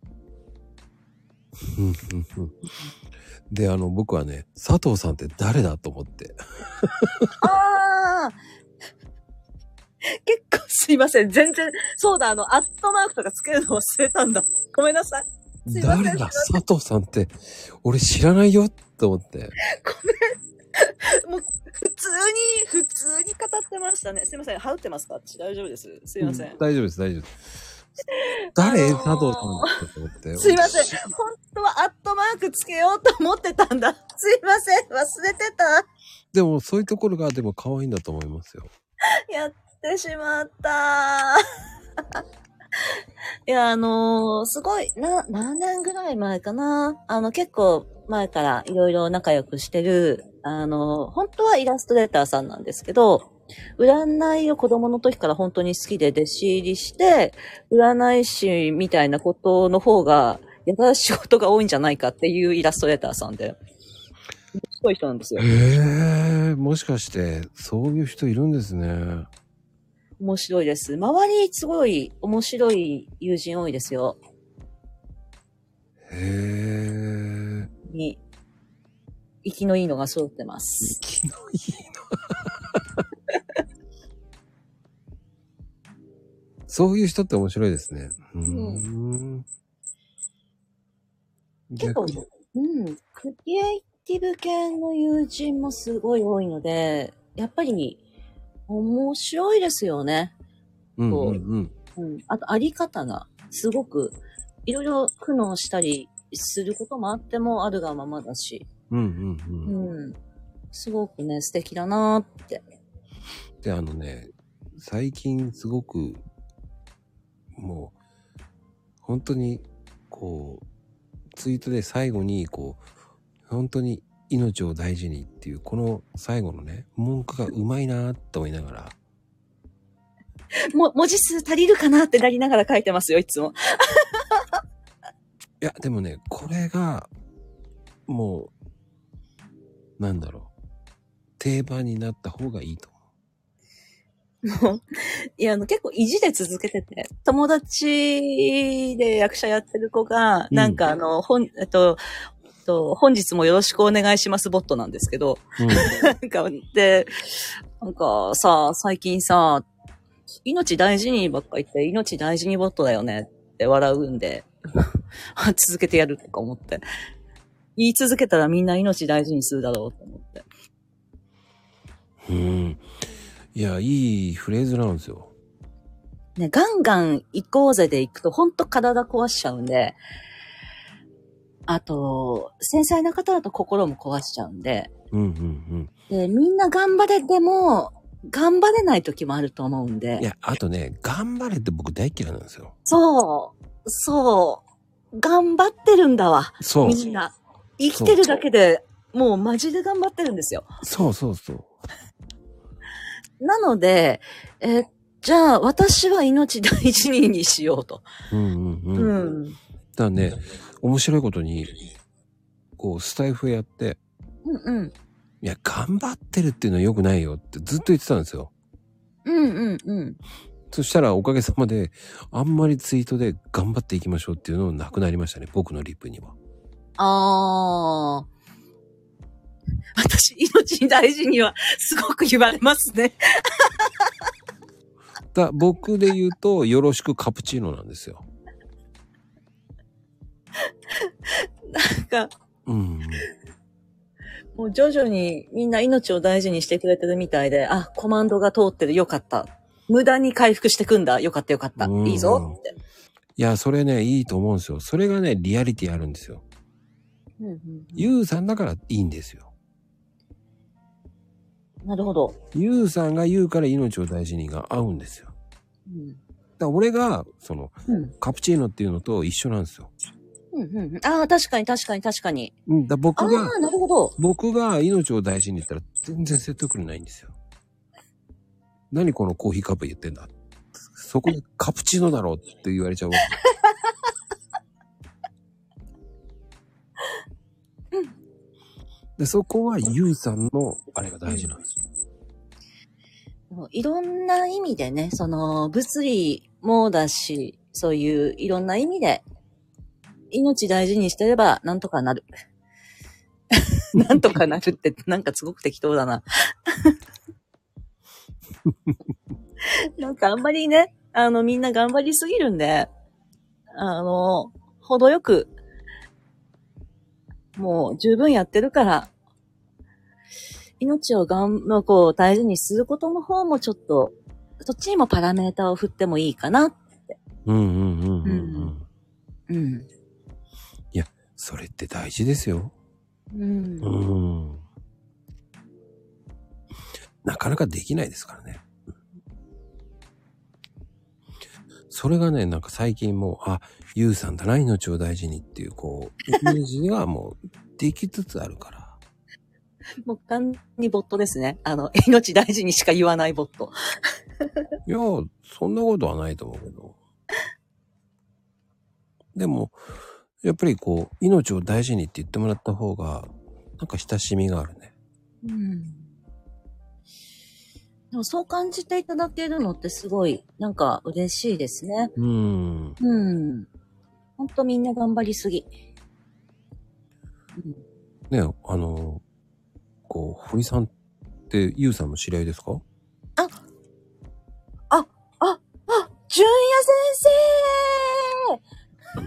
で、あの、僕はね、佐藤さんって誰だと思って。 ああ結構すいません。全然、そうだ、あの、アットマークとかつけるの忘れたんだ。ごめんなさい。すいません。 誰だ佐藤さんって、俺知らないよと思って。 ごめん。もう、普通に、普通に語ってましたね。すいません。羽織ってますか？大丈夫です。すいません。 うん、大丈夫です、大丈夫です。誰、あのー、佐藤さんって思って。 すいません。本当はアットマークつけようと思ってたんだ。すいません。忘れてた。 でも、そういうところが、でも可愛いんだと思いますよ。 やってしまった。いや、あのー、すごい、な、何年ぐらい前かな。あの、結構前からいろいろ仲良くしてる、あのー、本当はイラストレーターさんなんですけど、占いを子供の時から本当に好きで弟子入りして、占い師みたいなことの方が、やたら仕事が多いんじゃないかっていうイラストレーターさんで、すごい人なんですよ。 へえ、もしかして、そういう人いるんですね。 面白いです。周りすごい面白い友人多いですよ。 へえ。 に、息のいいのが揃ってます。 息のいいのそういう人って面白いですね。うーん。 結構、うん、クリエイティブ系の友人もすごい多いので、やっぱり面白いですよね。 うんうんうん。 うん、あと、あり方がすごく、いろいろ苦悩したりすることもあってもあるがままだし。 うんうんうん。 うん。すごくね、素敵だなーって。 で、あのね、最近すごく、もう、本当に、こう、ツイートで最後に、こう、本当に命を大事にっていう、この最後のね、文句がうまいなーって思いながら。 も、文字数足りるかなってなりながら書いてますよ、いつも。 いや、でもね、これが、もう、なんだろう。定番になった方がいいと思う。もう、いや、あの、結構意地で続けてて、友達で役者やってる子が、なんかあの、うん、ほん、えっと、と、本日もよろしくお願いしますボットなんですけど、うん、なんか、で、なんかさ、最近さ、命大事にばっか言って、命大事にボットだよねって笑うんで、続けてやるとか思って。言い続けたらみんな命大事にするだろうと思って。 うん。いや、いいフレーズなんですよ。 ね、ガンガン行こうぜで行くとほんと体壊しちゃうんで、あと、繊細な方だと心も壊しちゃうんで、 うんうんうん。 で、みんな頑張れても、頑張れない時もあると思うんで。 いや、あとね、頑張れって僕大嫌いなんですよ。 そう、そう、頑張ってるんだわ。そう。みんな。生きてるだけで、もうマジで頑張ってるんですよ。 そうそうそう。 なので、え、じゃあ私は命大事ににしようと。 うんうんうん。うん。だからね、面白いことに、こう、スタイフやって、 うんうん。 いや、頑張ってるっていうのは良くないよってずっと言ってたんですよ。 うんうんうん。 そしたらおかげさまで、あんまりツイートで頑張っていきましょうっていうのなくなりましたね、僕のリップには。 あー。私、命大事にはすごく言われますね。 だ僕で言うと、よろしくカプチーノなんですよ。 なんか、 うん。 もう徐々にみんな命を大事にしてくれてるみたいで、あ、コマンドが通ってる、よかった。無駄に回復してくんだ、よかったよかった。いいぞって。 いや、それね、いいと思うんですよ。それがね、リアリティあるんですよ。 うんうんうん、 ユウさんだからいいんですよ。 なるほど。 ユウさんが言うから命を大事にが合うんですよ。うん、だから俺が、その、うん、カプチーノっていうのと一緒なんですよ。 うんうんうん。ああ、確かに確かに確かに。 うん、だ僕が、 ああ、なるほど。 僕が命を大事に言ったら全然説得力ないんですよ。何このコーヒーカップ言ってんだ。そこでカプチーノだろうって言われちゃうわけ。で、そこはユウさんのあれが大事なんですよ。いろんな意味でね、その物理もだし、そういういろんな意味で命大事にしてればなんとかなる。なんとかなるってなんかすごく適当だな。なんかあんまりね、あのみんな頑張りすぎるんで、あの、程よく、もう十分やってるから、命をがん、こう大事にすることの方もちょっと、そっちにもパラメータを振ってもいいかなって。 うんうんうんうんうん。 うん。うん、 いや、それって大事ですよ。 うん。うん。なかなかできないですからね。それがね、なんか最近もう、あ、ゆうさんだな、命を大事にっていう、こう、イメージがもうできつつあるから。 もう完全にボットですね。あの、命大事にしか言わないボット。 いや、そんなことはないと思うけど。でも、やっぱりこう、命を大事にって言ってもらった方が、なんか親しみがあるね。 うん。でもそう感じていただけるのってすごい、なんか嬉しいですね。 うん。 うん。ほんとみんな頑張りすぎ。 うん、ね、あの、こう、堀さんって、ゆうさんの知り合いですか？ あ、あ、あ、あ、純也先生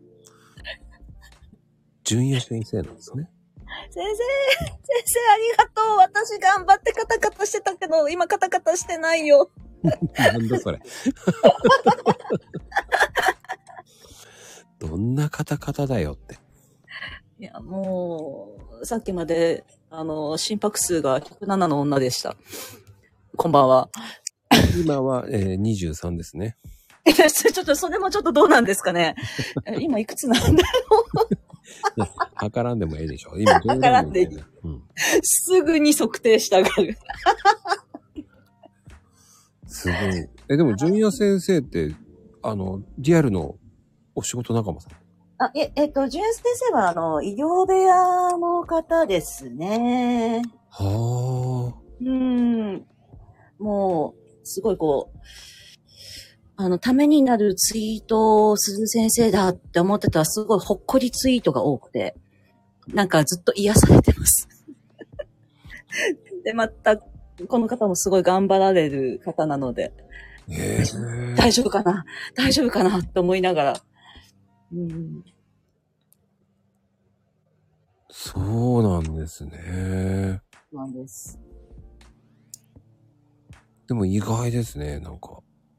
純也先生なんですね。 先生、先生ありがとう。私頑張ってカタカタしてたけど、今カタカタしてないよ。 なんだそれ。どんなカタカタだよって。 いや、もう、さっきまで、あの、心拍数がひゃくななの女でした。こんばんは。 今は、えー、にじゅうさんですね。 ちょっと、それもちょっとどうなんですかね。今いくつなんだろう。測らんでもいいでしょ。今測らんでいい。うん、すぐに測定したがる。 すごい。え、でも、純也先生って、あの、リアルのお仕事仲間さん？ あ、え、えっと、純也先生は、あの、医療部屋の方ですね。 はあ。 うん。もう、すごいこう、あの、ためになるツイートをする先生だって思ってたら、すごいほっこりツイートが多くて、なんかずっと癒されてます。で、また、この方もすごい頑張られる方なので、 えー、 大丈夫かな大丈夫かなって思いながら。うん、 そうなんですね。 そうなんです。 でも意外ですね、なんか。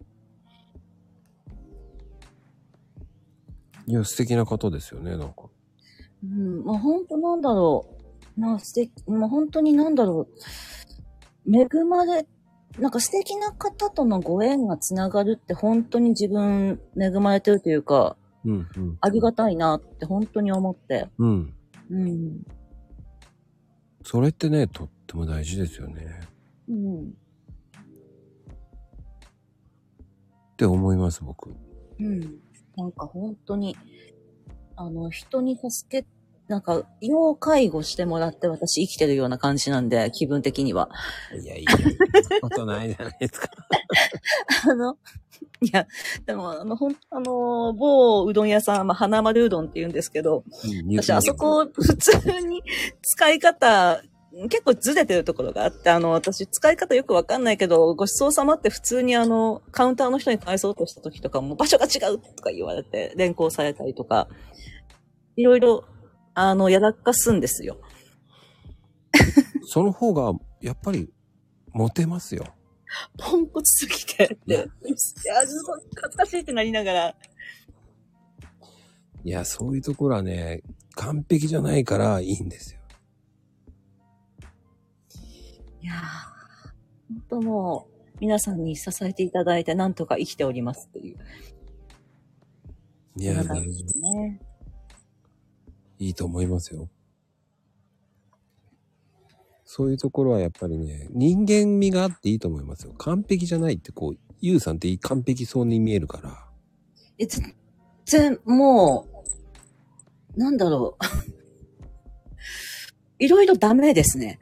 いや、素敵な方ですよね、なんか。 うん、まあ本当なんだろう。まあ素敵、まあ本当になんだろう。恵まれ、なんか素敵な方とのご縁がつながるって本当に自分恵まれてるというか、 うんうん、 ありがたいなって本当に思って。 うん。 うん。 それってね、とっても大事ですよね。 うん。 って思います、僕。 うん。なんか本当に、あの、人に助け、なんか、要介護してもらって私生きてるような感じなんで、気分的には。 いやいや、そんなことないじゃないですか。 あの、いや、でも、あの、ほん、あの、某うどん屋さん、まあ、花丸うどんって言うんですけど、うん、私、あそこ、普通に使い方、結構ずれてるところがあって、あの、私、使い方よくわかんないけど、ごちそうさまって普通にあの、カウンターの人に返そうとした時とかも、場所が違うとか言われて、連行されたりとか、いろいろ、あの、やらかすんですよ。 その方が、やっぱり、モテますよ。 ポンコツすぎて、いや、いや、すごい恥ずかしいってなりながら。 いや、そういうところはね、完璧じゃないからいいんですよ。 いやー、本当もう、皆さんに支えていただいて、なんとか生きておりますっていう。 いや、大丈夫。 ね。 いいと思いますよ。そういうところはやっぱりね、人間味があっていいと思いますよ。完璧じゃないってこう、ゆうさんって完璧そうに見えるから。 え、全然、もう、なんだろう。いろいろダメですね。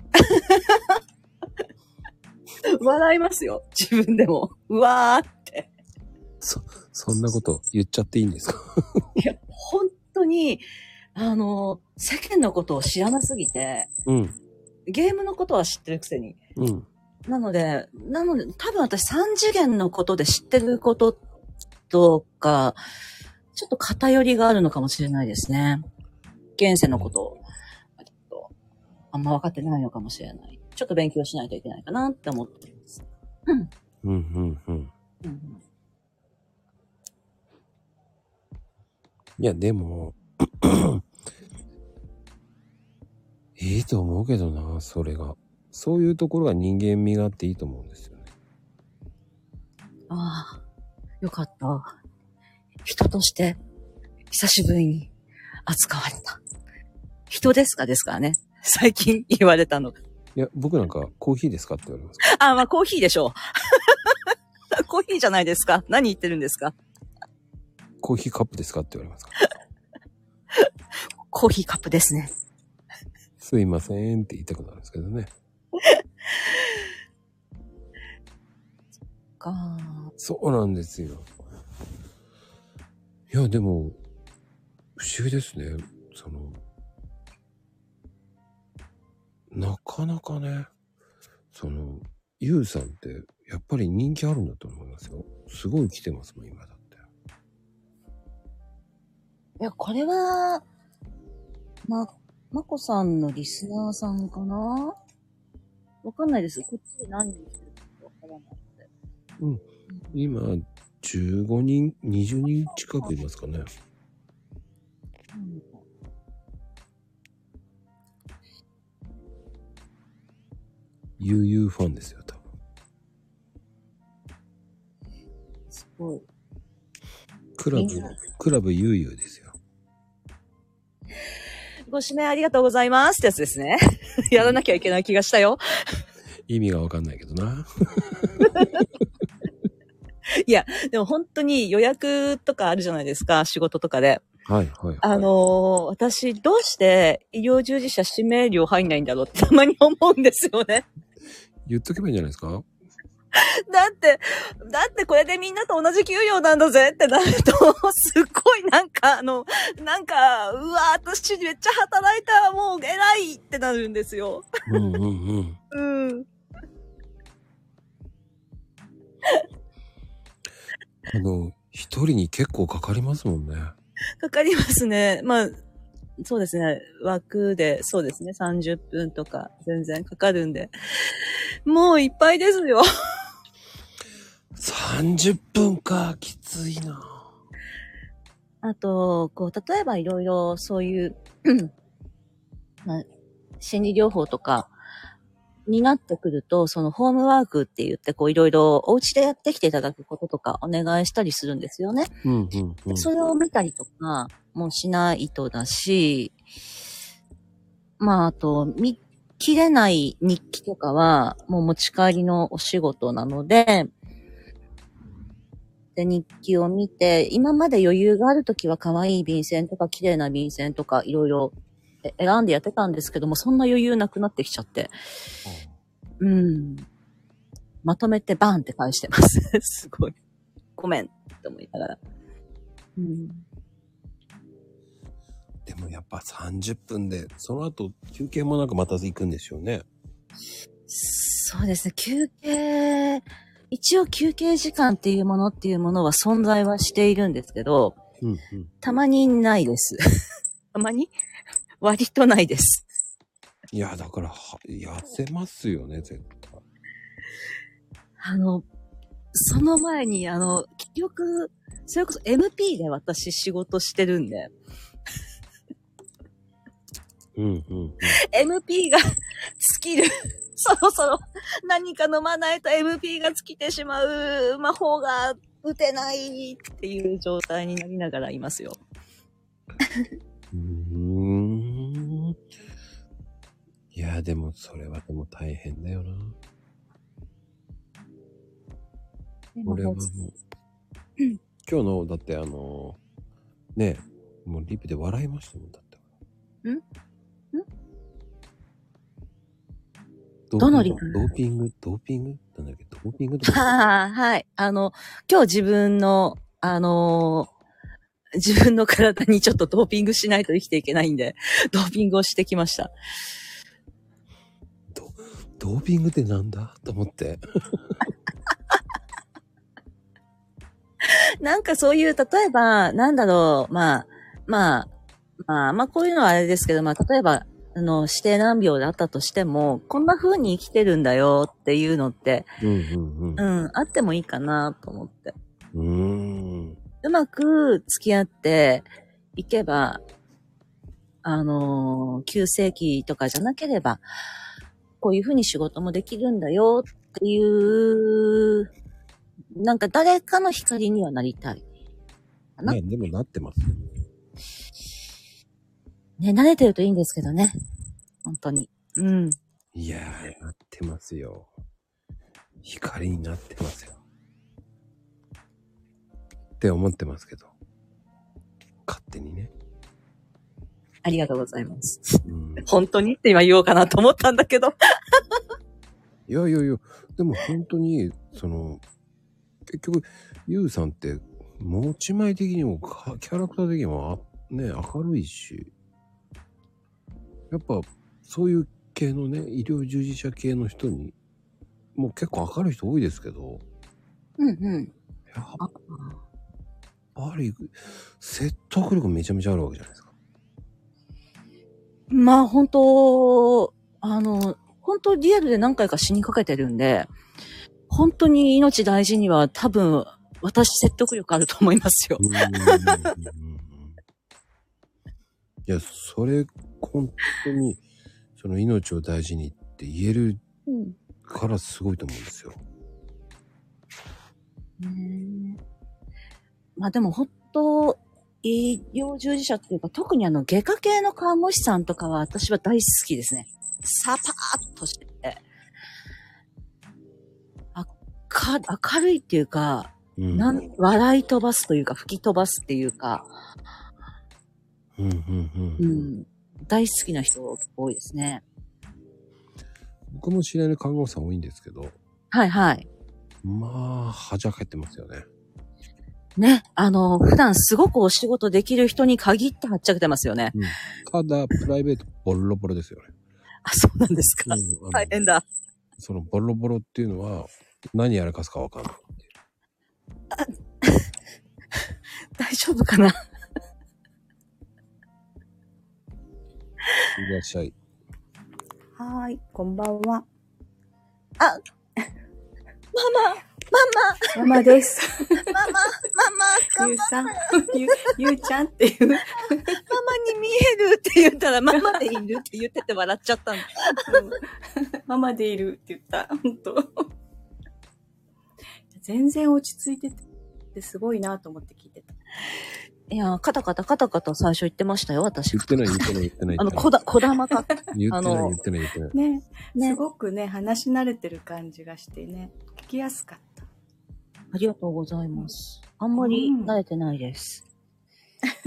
笑いますよ。自分でも。うわーって。 そ、そんなこと言っちゃっていいんですか？ いや、本当に、あの、世間のことを知らなすぎて、 うん。 ゲームのことは知ってるくせに。 うん。 なので、なので、多分私三次元のことで知ってることとか、ちょっと偏りがあるのかもしれないですね。現世のことを、あんま分かってないのかもしれない。ちょっと勉強しないといけないかなって思ってます。うん。 うん、うん、うん。うん、いや、でも、いいと思うけどな、それが。そういうところが人間味があっていいと思うんですよね。 ああ、よかった。人として、久しぶりに扱われた。人ですかですからね。最近言われたのが。 いや、僕なんかコーヒーですかって言われます。 あ、まあコーヒーでしょう。コーヒーじゃないですか。何言ってるんですか。 コーヒーカップですかって言われますか。 コーヒーカップですね。 すいませんって言いたくなるんですけどね。 かそうなんですよ。いや、でも、不思議ですね。その、なかなかね、その、ゆうさんって、やっぱり人気あるんだと思いますよ。すごい来てますもん、今だって。 いや、これは、ま、まこさんのリスナーさんかな？わかんないです。こっちで何人してるかわからないので。 うん。今、じゅうごにん、にじゅうにん近くいますかね。うん、悠々ファンですよ、多分。 すごい。 クラブ、クラブ悠々ですよ。 ご指名ありがとうございますってやつですね。やらなきゃいけない気がしたよ。 意味がわかんないけどな。 いや、でも本当に予約とかあるじゃないですか、仕事とかで。 はいはいはい。 あのー、私どうして医療従事者指名料入んないんだろうってたまに思うんですよね。 言っとけばいいんじゃないですか？ だって、だってこれでみんなと同じ給料なんだぜってなると、すっごいなんかあの、なんか、うわ、私めっちゃ働いた、もう偉いってなるんですよ。 うんうんうん。 うん。 あの、一人に結構かかりますもんね。 かかりますね。まあ、そうですね。枠で、そうですね。さんじゅっぷんとか全然かかるんで。もういっぱいですよ。 さんじゅっぷんか、きついな。 あと、こう、例えばいろいろそういう、まあ、心理療法とかになってくると、そのホームワークって言って、こういろいろお家でやってきていただくこととかお願いしたりするんですよね。 うんうんうん、 それを見たりとかもしないとだし、まあ、あと、見切れない日記とかは、もう持ち帰りのお仕事なので、で、日記を見て、今まで余裕があるときは可愛い便箋とか綺麗な便箋とかいろいろ選んでやってたんですけども、そんな余裕なくなってきちゃって。うん。まとめてバーンって返してます。すごい。ごめんって思いながら。うん。 でもやっぱさんじゅっぷんで、その後休憩もなくまた行くんですよね。 そうですね。休憩、一応休憩時間っていうものっていうものは存在はしているんですけど、 うんうん、 たまにないです。たまに割とないです。 いや、だから、痩せますよね、絶対。 あの、その前に、あの、結局、それこそ エムピー で私仕事してるんで。 うんうんうん、 エムピー が尽きる。そろそろ何か飲まないと エムピー が尽きてしまう魔法が打てないっていう状態になりながらいますよ。 うーや、でもそれはでも大変だよな。俺はもう、うん、今日の、だってあの、ね、もうリプで笑いましたもん、だって。 んんどのリプ？ドーピングドーピングなんだっけドーピングとか。 はあ、はい。あの、今日自分の、あのー、自分の体にちょっとドーピングしないと生きていけないんで、ドーピングをしてきました。 ド、ドーピングってなんだと思って。 なんかそういう、例えば、なんだろう、まあ、まあ、まあ、まあこういうのはあれですけど、まあ例えば、あの、指定難病であったとしても、こんな風に生きてるんだよっていうのって、うんうんうん、うん、あってもいいかなと思って。 うーん。 うまく付き合っていけば、あの、急性期とかじゃなければ、こういう風に仕事もできるんだよっていう、なんか誰かの光にはなりたい。 ね、でもなってます。 ね、慣れてるといいんですけどね。本当に。うん。 いやー、なってますよ。光になってますよ。って思ってますけど。勝手にね。 ありがとうございます。うん、本当にって今言おうかなと思ったんだけど。 いやいやいや、でも本当に、その、結局、ゆうさんって、持ち前的にも、キャラクター的にも、ね、明るいし、やっぱ、そういう系のね、医療従事者系の人に、もう結構明るい人多いですけど、 うんうん。 やっぱり、説得力めちゃめちゃあるわけじゃないですか。 まあ本当、あの、本当リアルで何回か死にかけてるんで、本当に命大事には多分、私説得力あると思いますよ。うんうんうん、 いや、それ、本当に、その命を大事にって言えるからすごいと思うんですよ。 うん、まあでも本当、医療従事者っていうか、特にあの外科系の看護師さんとかは私は大好きですね。サパーッとしてて。あか明るいっていうか、うん、なん笑い飛ばすというか、吹き飛ばすっていうか、 うんうんうんうん、 大好きな人多いですね。 僕も知り合いの看護師さん多いんですけど。 はいはい。 まあ、はじゃけてますよね。 ね、あの、普段すごくお仕事できる人に限ってはっちゃけてますよね。 うん、ただ、プライベートボロボロですよね。 あ、そうなんですか。うん、大変だ。 そのボロボロっていうのは、何やらかすかわかんない。 あ大丈夫かな。いらっしゃい。 はーい、こんばんは。 あ、マママママです。 ママ、ママ、 ゆうさん、ゆ、ゆうちゃんっていう。ママに見えるって言ったら、ママでいるって言ってて笑っちゃったんだ。 ママでいるって言った。ほんと。全然落ち着いてて、すごいなと思って聞いてた。 いや、カタカタカタカタ最初言ってましたよ、私。 言ってない言ってない言ってない。 あの、こだ、こだまか。 言ってない言ってない言ってない。 ね、ね、すごくね、話し慣れてる感じがしてね、聞きやすかった。 ありがとうございます。あんまり慣れてないです。うん、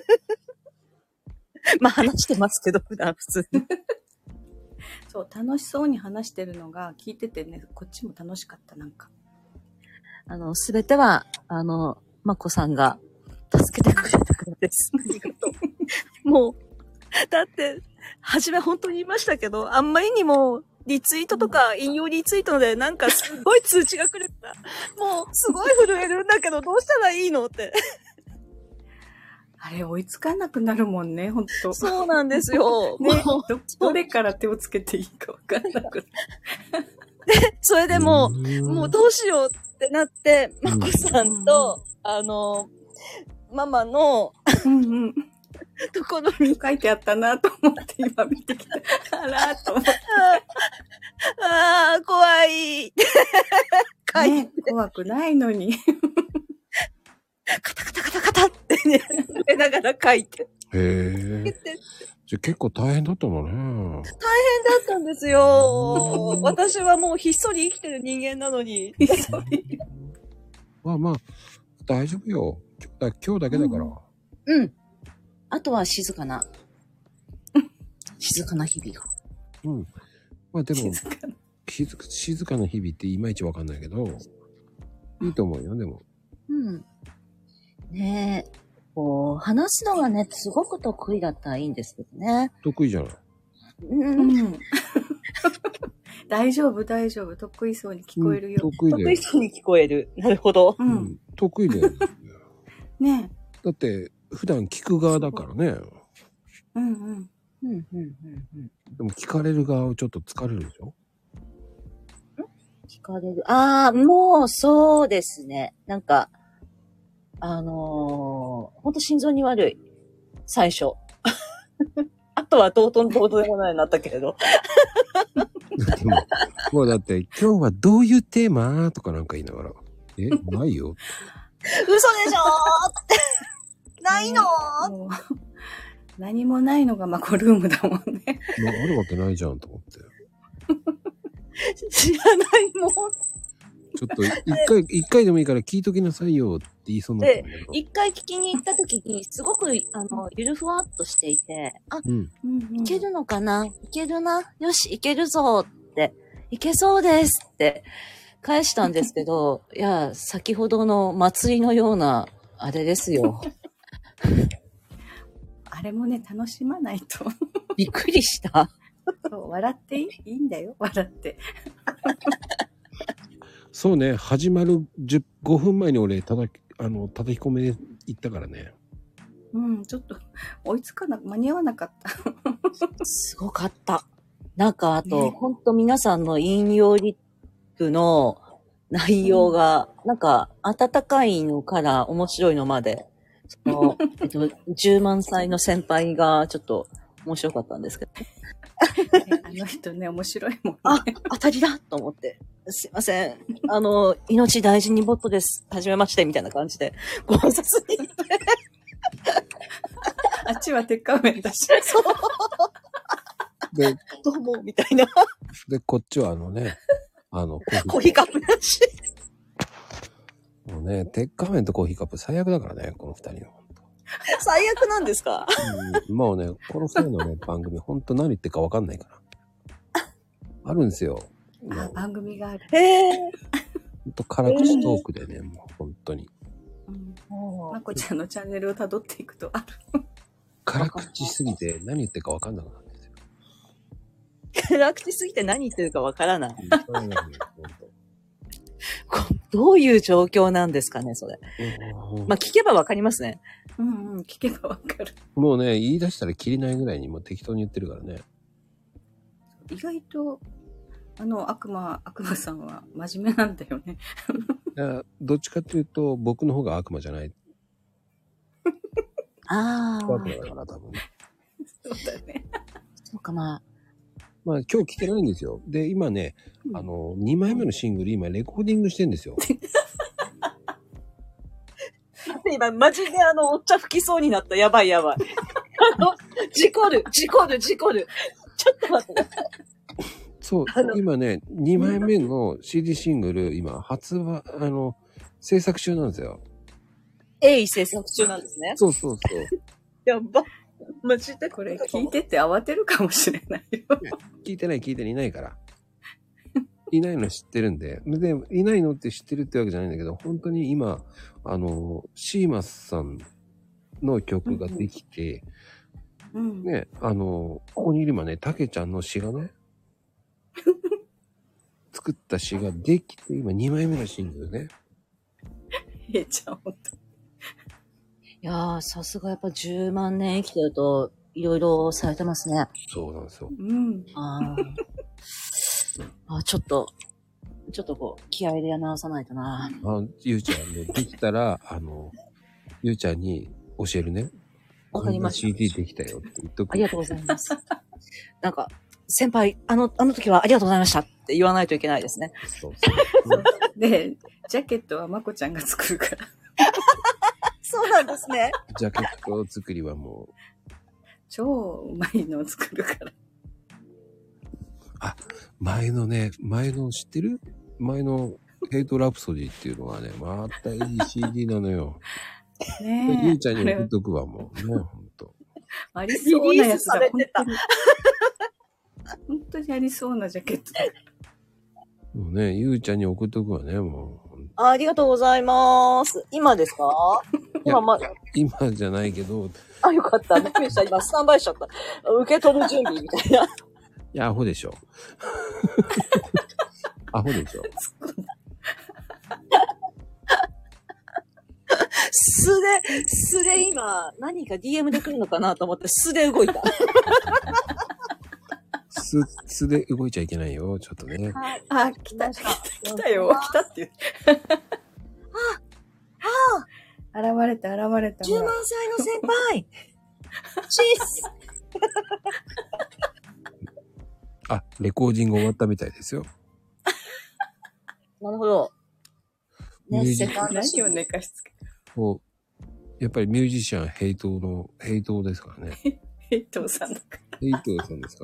まあ話してますけど、普段普通に。 そう、楽しそうに話してるのが聞いててね、こっちも楽しかった、なんか。 あの、すべては、あの、まこさんが助けてくれたからです。ありがとう。もう、だって、はじめ本当に言いましたけど、あんまりにも、リツイートとか引用リツイートでなんかすごい通知が来るから、もうすごい震えるんだけどどうしたらいいのって。 あれ追いつかなくなるもんね、ほんと。 そうなんですよ。 ね、ど、どれから手をつけていいかわかんなくなる。 で、それでもう、もうどうしようってなって、まこさんと、うん、あの、ママの、 うんうん。 ところに書いてあったなと思って今見てきた。あらーと思って。 ああ、怖い。 書いて、ね、怖くないのに。 カタカタカタカタってね、触れながら書いて。 へえ。じゃあ結構大変だったのね。大変だったんですよ。私はもうひっそり生きてる人間なのに。ひっそり。 まあまあ、大丈夫よ。今日だ、今日だけだから。 うん。うん。あとは静かな。静かな日々が。 うん。まあでも、 静かな静か静かな日々っていまいちわかんないけど、いいと思うよ、でも。 うん。ねえ。こう、話すのがね、すごく得意だったらいいんですけどね。 得意じゃない。 うん。うん、 大丈夫、大丈夫。得意そうに聞こえるよ。 うん、得意だよ。 得意そうに聞こえる。なるほど。 うん。うん、 得意だよ。 ねえ。だって、普段聞く側だからね。 うんうん。 うんうんうんうん。 でも聞かれる側はちょっと疲れるでしょ？ 聞かれる。ああ、もうそうですね。なんか、あのー、ほんと心臓に悪い。最初。あとはどうとんどうとでもないようになったけれど。 でも、もうだって、今日はどういうテーマとかなんか言いながら、え、ないよ。 嘘でしょーって。ないのー、 もう何もないのがマコルームだもんね。 まあ、あるわけないじゃんと思って。 知らないもん。 ちょっと一回、一回でもいいから聞いときなさいよって言いそうになったんだけど。 一回聞きに行った時に、すごく、あの、ゆるふわっとしていて、あ、 うん、 いけるのかないけるなよし、いけるぞって、いけそうですって返したんですけど、いや、先ほどの祭りのような、あれですよ。 あれもね、楽しまないと。 びっくりした。 そう笑っていい、いいんだよ、笑って。 そうね、始まるじゅうごふんまえに俺叩き、あの、叩き込め行ったからね。 うん、ちょっと追いつかな、間に合わなかった。 すごかった。なんかあと、ね、ほんと皆さんの引用リップの内容が、うん、なんか温かいのから面白いのまで、その、えっと、じゅうまん歳の先輩がちょっと面白かったんですけどね。 あの人ね、面白いもんね。 あ、当たりだと思って。すいません。あの、命大事にボットです。はじめまして、みたいな感じで、ご挨拶に行って。 あっちは鉄仮面だし。 そう。で、どうも、みたいな。 で、こっちはあのね、あの、 コーヒーカップだし。 もうね、鉄仮面とコーヒーカップ最悪だからね、この二人は。 最悪なんですか？ うん、もうね、この二人のね、番組、ほんと何言ってるかわかんないから。あるんですよ。 あ、番組がある。 へぇー。 ほんと、辛口トークでね、もう本当に。 うん、まこちゃんのチャンネルを辿っていくとある。 辛口すぎて何言ってるかわかんなくなるんですよ。 辛口すぎて何言ってるかわからない。どういう状況なんですかね、それ。まあ、聞けばわかりますね。 うんうん、聞けばわかる。 もうね、言い出したら切れないぐらいにもう適当に言ってるからね。 意外と、あの、悪魔、悪魔さんは真面目なんだよね。 いや、どっちかっていうと、僕の方が悪魔じゃない。 ああ。 悪魔だから多分。 そうだね。 そうか、まあ。 まあ、今日来てないんですよ。で、今ね、うん、あの、にまいめのシングル、今、レコーディングしてんですよ。 今、マジであの、おっちゃ吹きそうになった。やばいやばい。あの、事故る、事故る、事故る。ちょっと待って。 そう、今ね、にまいめの シーディー シングル、今、発売、あの、制作中なんですよ。 鋭意制作中なんですね。 そうそうそう。 やば。マジでこれ聞いてて慌てるかもしれないよ。 聞いてない、聞いてない、いないから。いないの知ってるんで。で、いないのって知ってるってわけじゃないんだけど、本当に今、あの、シーマスさんの曲ができて、 うん、 ね、あの、ここにいる今ね、たけちゃんの詩がね、作った詩ができて、今にまいめのシングルね。 えちゃん、ほんと。 いやー、さすがやっぱじゅうまんねん生きてると、いろいろされてますね。 そうなんですよ。 うん。 ああ、ちょっと、ちょっとこう、気合で直さないとな。 あ、ゆうちゃんね、できたら、あの、ゆうちゃんに教えるね。 わかりました。 シーディー できたよって言っとく。 ありがとうございます。なんか、先輩、あの、あの時はありがとうございましたって言わないといけないですね。 そうそう。 で、ジャケットはまこちゃんが作るから。 そうなんですね。 ジャケット作りはもう。 超うまいのを作るから。 あ、前のね、前の知ってる？前のヘイトラプソディっていうのはね、またいい シーディー なのよ。 ねえ。 ゆうちゃんに送っとくわ、もう。ね、ほんと。 ありそうなやつだ。本当に。本当にありそうなジャケットだ。 もうね、ゆうちゃんに送っとくわね、もう。 ありがとうございます。今ですか？今ま、 今じゃないけど。 あ、よかった。びっくりした。今、スタンバイしちゃった。受け取る準備みたいな。いや、アホでしょ。アホでしょ。 素で、素で今、何か ディーエム で来るのかなと思って、素で動いた。 素、素で動いちゃいけないよ、ちょっとね。 はい。あ、来た、来た、来たよ。来たって言って。あ、あ、現れた、現れた。 じゅうまん歳の先輩チースあ、レコーディング終わったみたいですよ。 なるほど。 ね、セカンド何を寝かしつけこう、やっぱりミュージシャン、ヘイトの、ヘイトですからね。 ヘイトさんだから。 ヘイトさんですから。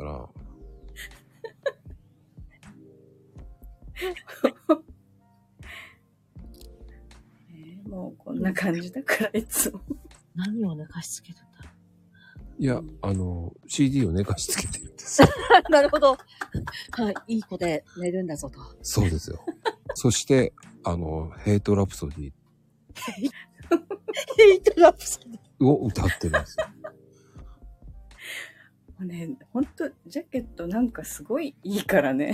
えー、もうこんな感じだからいつも。 何を寝かしつけるんだ。 いや、あの、シーディー を寝かしつけてるんです。 なるほど。はい、いい子で寝るんだぞと。 そうですよ。そして、あの、ヘイトラプソディ。 ヘイトラプソディを歌ってるんですよ。 もうね、ほんと、ジャケットなんかすごいいいからね。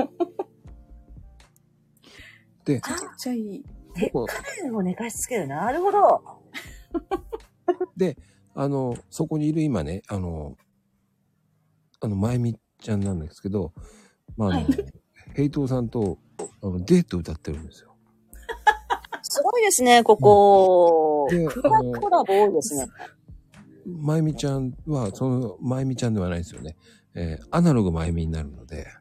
で、 めちゃくちゃいい。 彼を寝かしつける。なるほど。 で、あの、そこにいる今ね、あの、あの、まゆみちゃんなんですけど、まあ、あの、はい、ヘイトさんと、あの、デート歌ってるんですよ。 すごいですね、ここ。 で、 コラコラボ多いですね。 まゆみちゃんは、その、まゆみちゃんではないですよね。えー、アナログまゆみになるので。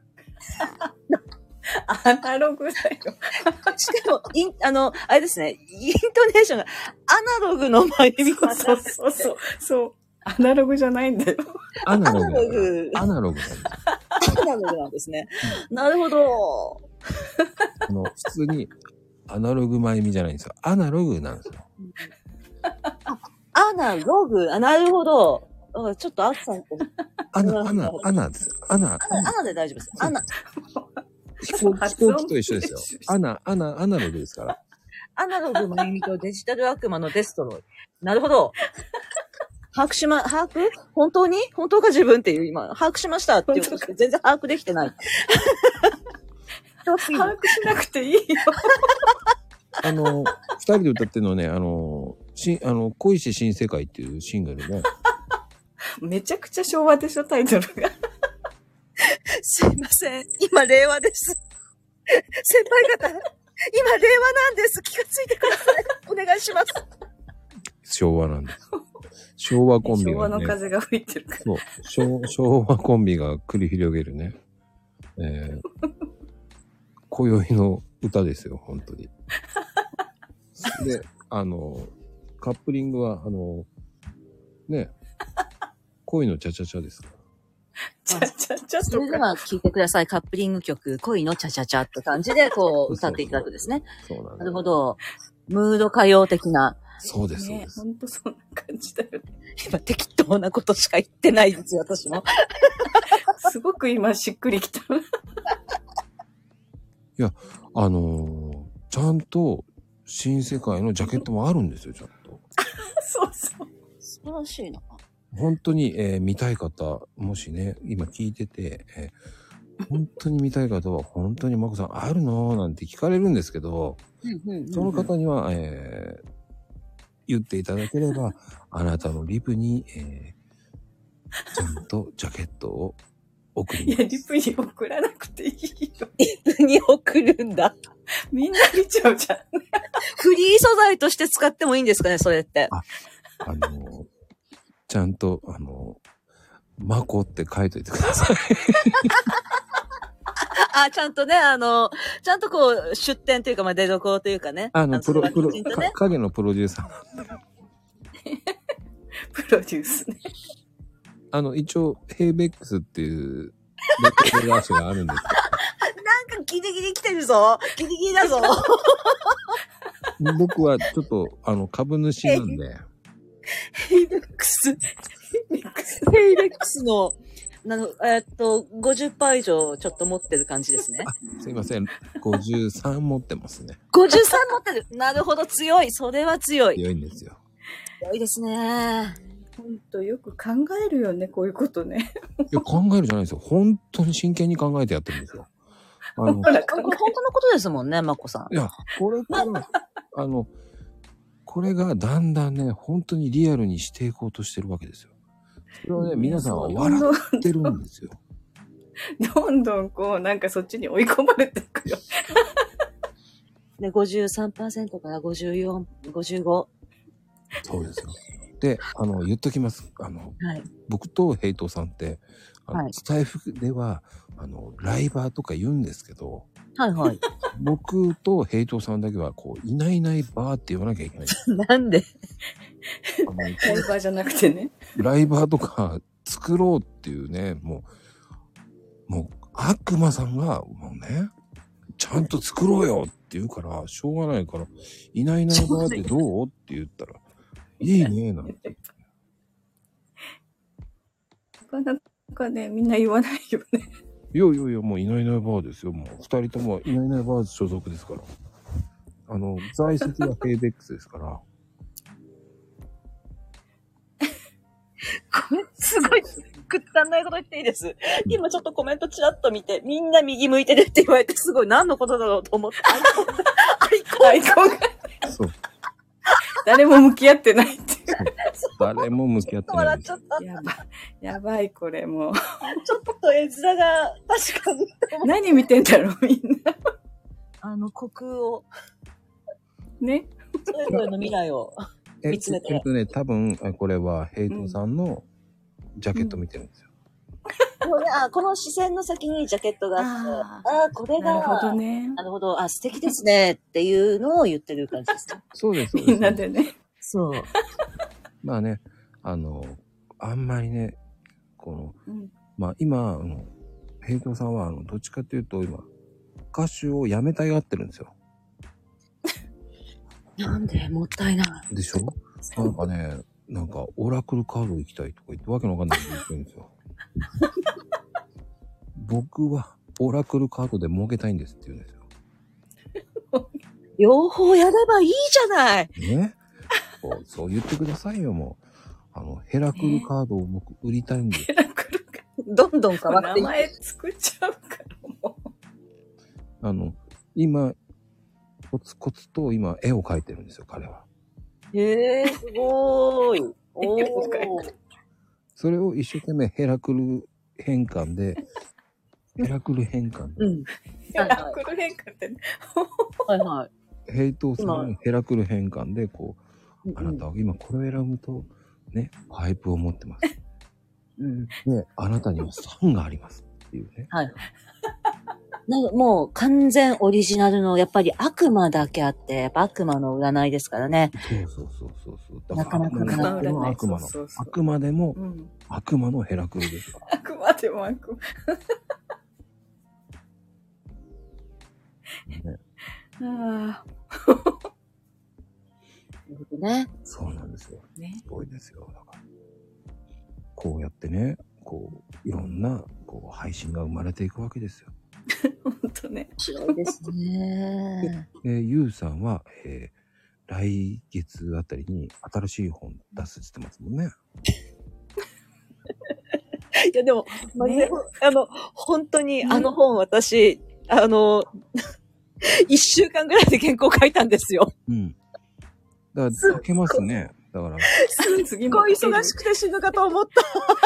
アナログだよ。 しかも、イン、あの、あれですね、イントネーションがアナログのまゆみこそうそうそう。そう。アナログじゃないんだよ。 アナログ。アナログなんです。 アナログなんですね。なるほど。 あの、普通に、アナログまゆみじゃないんですよ。アナログなんですよ。 アナログ、あ、なるほど。ちょっとアクサント。 アナ、アナ、アナです。アナ。 アナで大丈夫です。アナ。 飛行飛行機と一緒ですよ。アナ、アナ、アナログですから。 アナログまゆみとデジタル悪魔のデストロイ。なるほど。把握しま、把握本当に本当か自分っていう今、把握しましたって言うと全然把握できてない。 把握しなくていいよ。 あの、二人で歌ってるのはね、あの、し、あの、恋し新世界っていうシングルね。 めちゃくちゃ昭和でしょ、タイトルが。 すいません。今、令和です。先輩方、今、令和なんです。気がついてください。お願いします。 昭和なんです。昭和コンビが、ね。 昭和の風が吹いてるから。 そう。昭, 昭和コンビが繰り広げるね。えー、今宵の歌ですよ、本当に。で、あの、カップリングは、あの、ね、恋のチャチャチャですから。 チャチャチャとか。 それでは聴いてください。カップリング曲、恋のチャチャチャって感じで、こう、歌っていただくんですね。 そうそうそう。 なるほど。ムード歌謡的な。 そうです、そうね、 です。 ほんとそんな感じだよね。 今、適当なことしか言ってないですよ、私も。 すごく今、しっくりきた。いや、あのー、ちゃんと、新世界のジャケットもあるんですよ、ちゃんと。 そうそう。 素晴らしいな。 本当に、えー、見たい方、もしね、今聞いてて、えー、本当に見たい方は、本当にまこさんあるのなんて聞かれるんですけど、 うんうんうんうん、 その方には、えー、言っていただければ、あなたのリプに、えー、ちゃんとジャケットを送ります。 いや、リプに送らなくていいよ。 リプに送るんだ。 みんな見ちゃうじゃん。 フリー素材として使ってもいいんですかね、それって。 あ、あの、ちゃんと、あの、マコって書いといてください。 あ、ちゃんとね、あの、ちゃんとこう、出店というか、まあ、出所というかね。 あの、プロ、プロ、 ね、 影のプロデューサー。 プロデュースね。 あの、一応、ヘイベックスっていうレコ出が足があるんですなんかギリギリ来てるぞ。ギリギリだぞ。 よ。僕はちょっと、あの、株主なんで。 ヘイレックス。ヘイレックスの、なの、えーっと、ごじゅっパーセント以上ちょっと持ってる感じですね。 すいません。ごじゅうさん持ってますね。 ごじゅうさん持ってる。なるほど、強い。それは強い。 強いんですよ。 強いですね。 ほんとよく考えるよね、こういうことね。 いや、考えるじゃないですよ。本当に真剣に考えてやってるんですよ。あの、 ほら、 これ本当のことですもんね、まこさん。 いや、これから、あの、これがだんだんね、本当にリアルにしていこうとしてるわけですよ。それをね、皆さんは笑ってるんですよ。 どんどんこう、なんかそっちに追い込まれていくよ。 で、ごじゅうさんパーセント からごじゅうよん、ごじゅうご。 そうですよ。で、あの、言っときます。あの、 はい。 僕とヘイトさんって、あの、 はいスタイフでは、あの、ライバーとか言うんですけど、 はいはい。 僕とヘイトさんだけは、こう、いないいないばーって言わなきゃいけない。 なんであのライバーじゃなくてね。 ライバーとか作ろうっていうね、もう、もう、悪魔さんが、もうね、ちゃんと作ろうよって言うから、しょうがないから、いないいないばーってどうって言ったら、いいね、なんて。 なかなかね、みんな言わないよね。 いやいやいや、もういないいないばーですよ。もう、二人ともいないいないばー所属ですから。あの、在籍はヘイベックスですから。 これ、すごい、くったんないこと言っていいです。今ちょっとコメントチラッと見て、みんな右向いてるって言われて、すごい何のことだろうと思って。アイコン、アイコンが。 そう。 誰も向き合ってないっていう。 誰も向き合ってない笑っちゃった。 やばい。やばい、これもう。 ちょっと絵面が、確かに。 何見てんだろう、みんな。 あの、虚空を、 ね。 それぞれの未来を。 え見つめてえっとね、多分、あこれはヘイトさんのジャケット見てるんですよ。 これあこの視線の先にジャケットがあって、 あああ、これが、 なるほどね。 なるほど、あ、素敵ですねっていうのを言ってる感じですね。 そうです、そうです。 みんなでね。 そう。 まあね、あの、あんまりね、この、 うん。 まあ今、あの、ヘイトさんは、あの、どっちかというと今、歌手を辞めたがってるんですよ。 なんでもったいない。 でしょ？なんかね、なんか、オラクルカード行きたいとか言ってわけのわかんないこと言ってるんですよ。僕は、オラクルカードで儲けたいんですって言うんですよ。 両方やればいいじゃない。 ね？そうそう言ってくださいよ、もう。あの、ヘラクルカードを僕売りたいんです。 ヘラクルか。 どんどん変わっていく。 名前作っちゃうから、もう。 あの、今、コツコツと今、絵を描いてるんですよ、彼は。 へえ、すごーい。おー。 それを一生懸命ヘラクル変換で、ヘラクル変換で、 うん。 ヘラクル変換ってね。 はいはい。 ヘイトさんのヘラクル変換で、こう、 うんあなたは今これを選ぶと、ね、パイプを持ってます。 うん。 で、あなたには酸がありますっていうね。 はい。なんかもう完全オリジナルの、やっぱり悪魔だけあって、やっぱ悪魔の占いですからね。 そうそうそうそうそう。 なかなか悪魔でも悪魔の。 そうそうそうあくまでもうん。 悪魔のヘラクルですから。 あくまでも悪ね、 魔。あなるほどね。 そうなんですよ。 ね。 すごいですよ。だからこうやってね、こう、いろんな、こう、配信が生まれていくわけですよ。 ほんとね。 面白いですね。 えー、ゆうさんは、えー、来月あたりに新しい本出すって言ってますもんね。 いやでも、まね、あの、本当にあの本私、あの、一週間ぐらいで原稿書いたんですよ。 うん。だから、書けますね。だから。 すっごい忙しくて死ぬかと思った。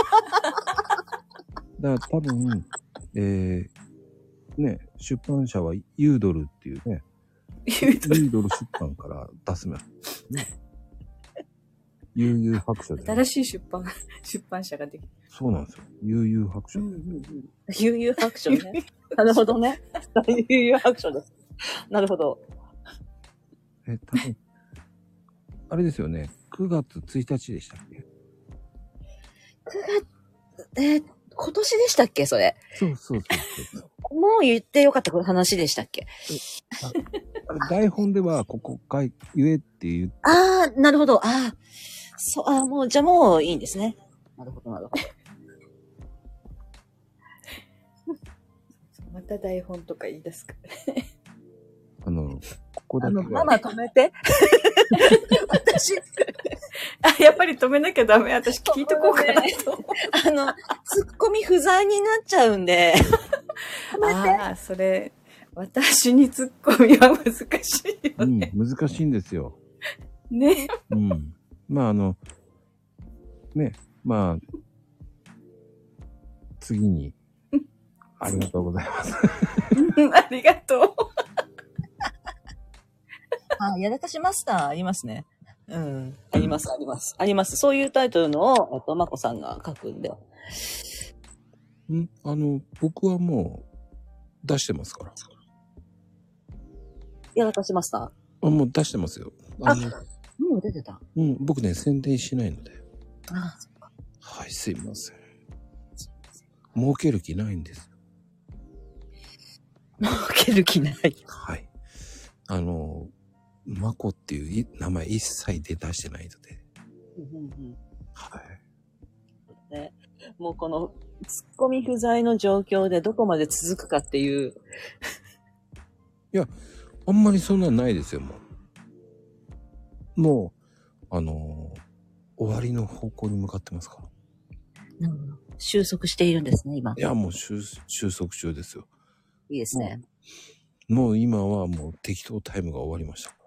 だから多分、えー、ね、出版社はユードルっていうね、ユードル出版から出すの。ね。悠々白書で、ね。 新しい出版、出版社ができた。 そうなんですよ。悠々白書。 うんうんうん。悠々白書ね。なるほどね。悠々白書です。なるほど。 え、多分、あれですよね。くがつついたちでしたっけ？ くがつ、えー、っ今年でしたっけそれ。 そうそうそうそう。 もう言ってよかった話でしたっけ。 あ台本ではここかい言えって言う。 ああ、なるほど。ああ、そう、ああ、もう、じゃあもういいんですね。なるほど、なるほど。 また台本とか言い出すから。 あの、ここだけは。 ママ止めて。私。 あ、やっぱり止めなきゃダメ。私聞いとこうかなと。 あの、ツッコミ不在になっちゃうんで。 ああ、それ、私にツッコミは難しいよね。 うん、難しいんですよ。 ね。 うん。まあ、あの、ね、まあ、次に、ありがとうございます。 ありがとう。 あ、やらかしマスターありますね。うん。あります、あります。あります。そういうタイトルのを、えっと、まこさんが書くんで。 んあの、僕はもう、出してますから。 やらかしマスターあ、もう出してますよ。あの、 もう出てた。 うん、僕ね、宣伝しないので。 ああ、そっか。 はい、すいません。儲ける気ないんです。 儲ける気ない。 はい。あの、マコっていう名前一切で出してないので。 うんうん、 はい。 ね、もうこのツッコミ不在の状況でどこまで続くかっていう。 いや、あんまりそんなんないですよ、もう。もう、あのー、終わりの方向に向かってますから。 なるほど。収束しているんですね、今。 いや、もう収収束中ですよ。 いいですね。 もう、もう今はもう適当タイムが終わりましたから。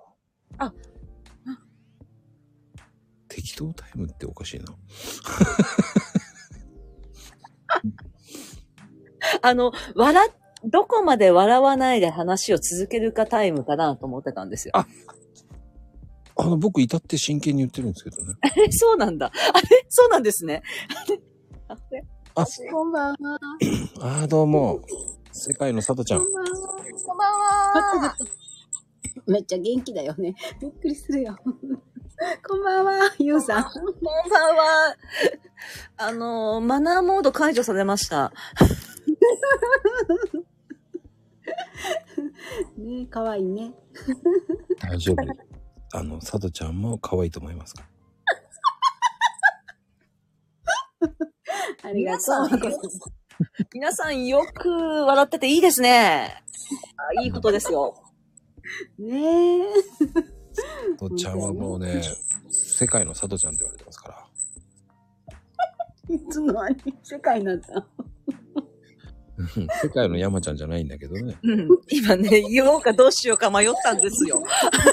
あ、あ適当タイムっておかしいな。 あの、笑、どこまで笑わないで話を続けるかタイムかなと思ってたんですよ。 あ、あの、僕至って真剣に言ってるんですけどね。 え、そうなんだ。あれそうなんですね。あれあ、 こんばんは。 あ、どうも。世界のさとちゃん。 こんばんは。 こんばんは。 めっちゃ元気だよね。びっくりするよ。こんばんは、ゆうさん。 こんばんは。あの、マナーモード解除されました。 ねえ、かわいいね。 大丈夫。あの、さとちゃんも可愛いと思いますから。 ありがとう。 皆さんよく笑ってていいですね。あ、いいことですよ。 ねえ。 さとちゃんはもうね、世界のさとちゃんって言われてますから。 いつの間に世界なんだ。 世界の山ちゃんじゃないんだけどね。 うん、今ね、言おうかどうしようか迷ったんですよ。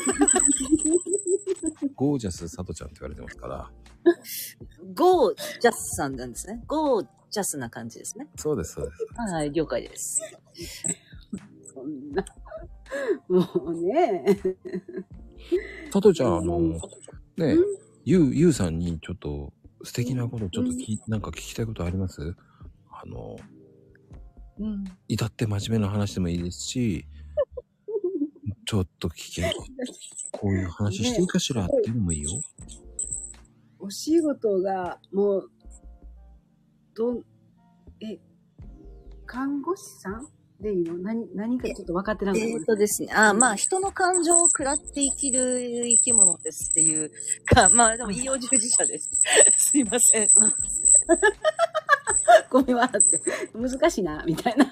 ゴージャスさとちゃんって言われてますから。 ゴージャスさんなんですね。ゴージャスな感じですね。 そうです、そうです。 はい、了解です。 そんな。もうね。 さとちゃん、あの、ね、ゆう、ゆうさんにちょっと素敵なことちょっとき、なんか聞きたいことあります？あの、 うん。 至って真面目な話でもいいですし、ちょっと聞け、こういう話していいかしらっていうのもいいよ。 お仕事がもう、どん、え、看護師さんでいいの？何、何かちょっと分かってなかった。 えーとですね。あ、まあ、人の感情を食らって生きる生き物ですっていうか、まあ、でも医療従事者です。すいません。 ごめん笑って。難しいな、みたいな。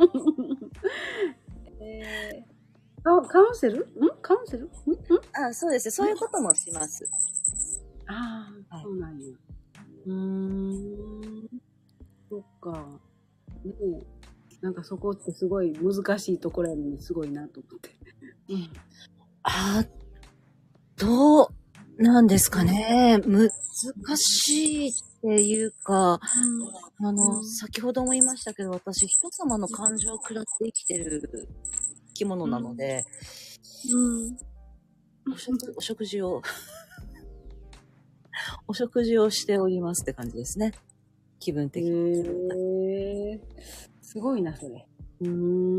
えー、カカウンセルんカウンセルんんあ、そうですね。そういうこともします。 ああ、 はい、 そうなんや。うーん。そっか。ねえ。なんかそこってすごい難しいところやのにすごいなと思って。うん、 あ、どうなんですかね。難しいっていうか、うん、あの、うん、先ほども言いましたけど、私、人様の感情を食らって生きてる生き物なので、うんうん、お食、お食事を、お食事をしておりますって感じですね。気分的に。へー、すごいな、それ。うー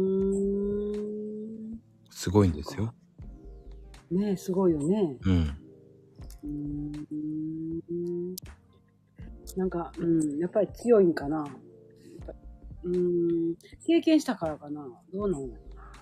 ん。 すごいんですよ。 ねえ、すごいよね。 うん。うーん。なんか、うん、やっぱり強いんかな。 うーん、経験したからかな。どうなの？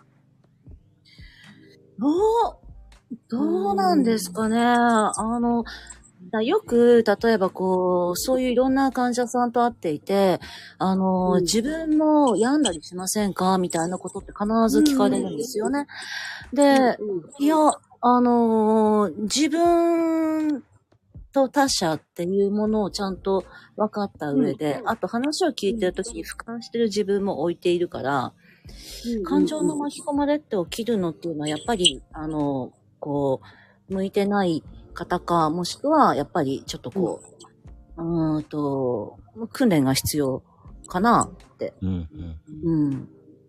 どう、どうなんですかね。あの、だよく、例えばこう、そういういろんな患者さんと会っていて、あの、 うん、 自分も病んだりしませんかみたいなことって必ず聞かれるんですよね。で、 うんうん、 いや、あの、自分と他者っていうものをちゃんと分かった上で、あと話を聞いてるときに俯瞰してる自分も置いているから、感情の巻き込まれって起きるのっていうのはやっぱり、あの、こう、向いてない方か、もしくはやっぱりちょっとこう、うーんと、訓練が必要かなって。 うん、 うん。うん。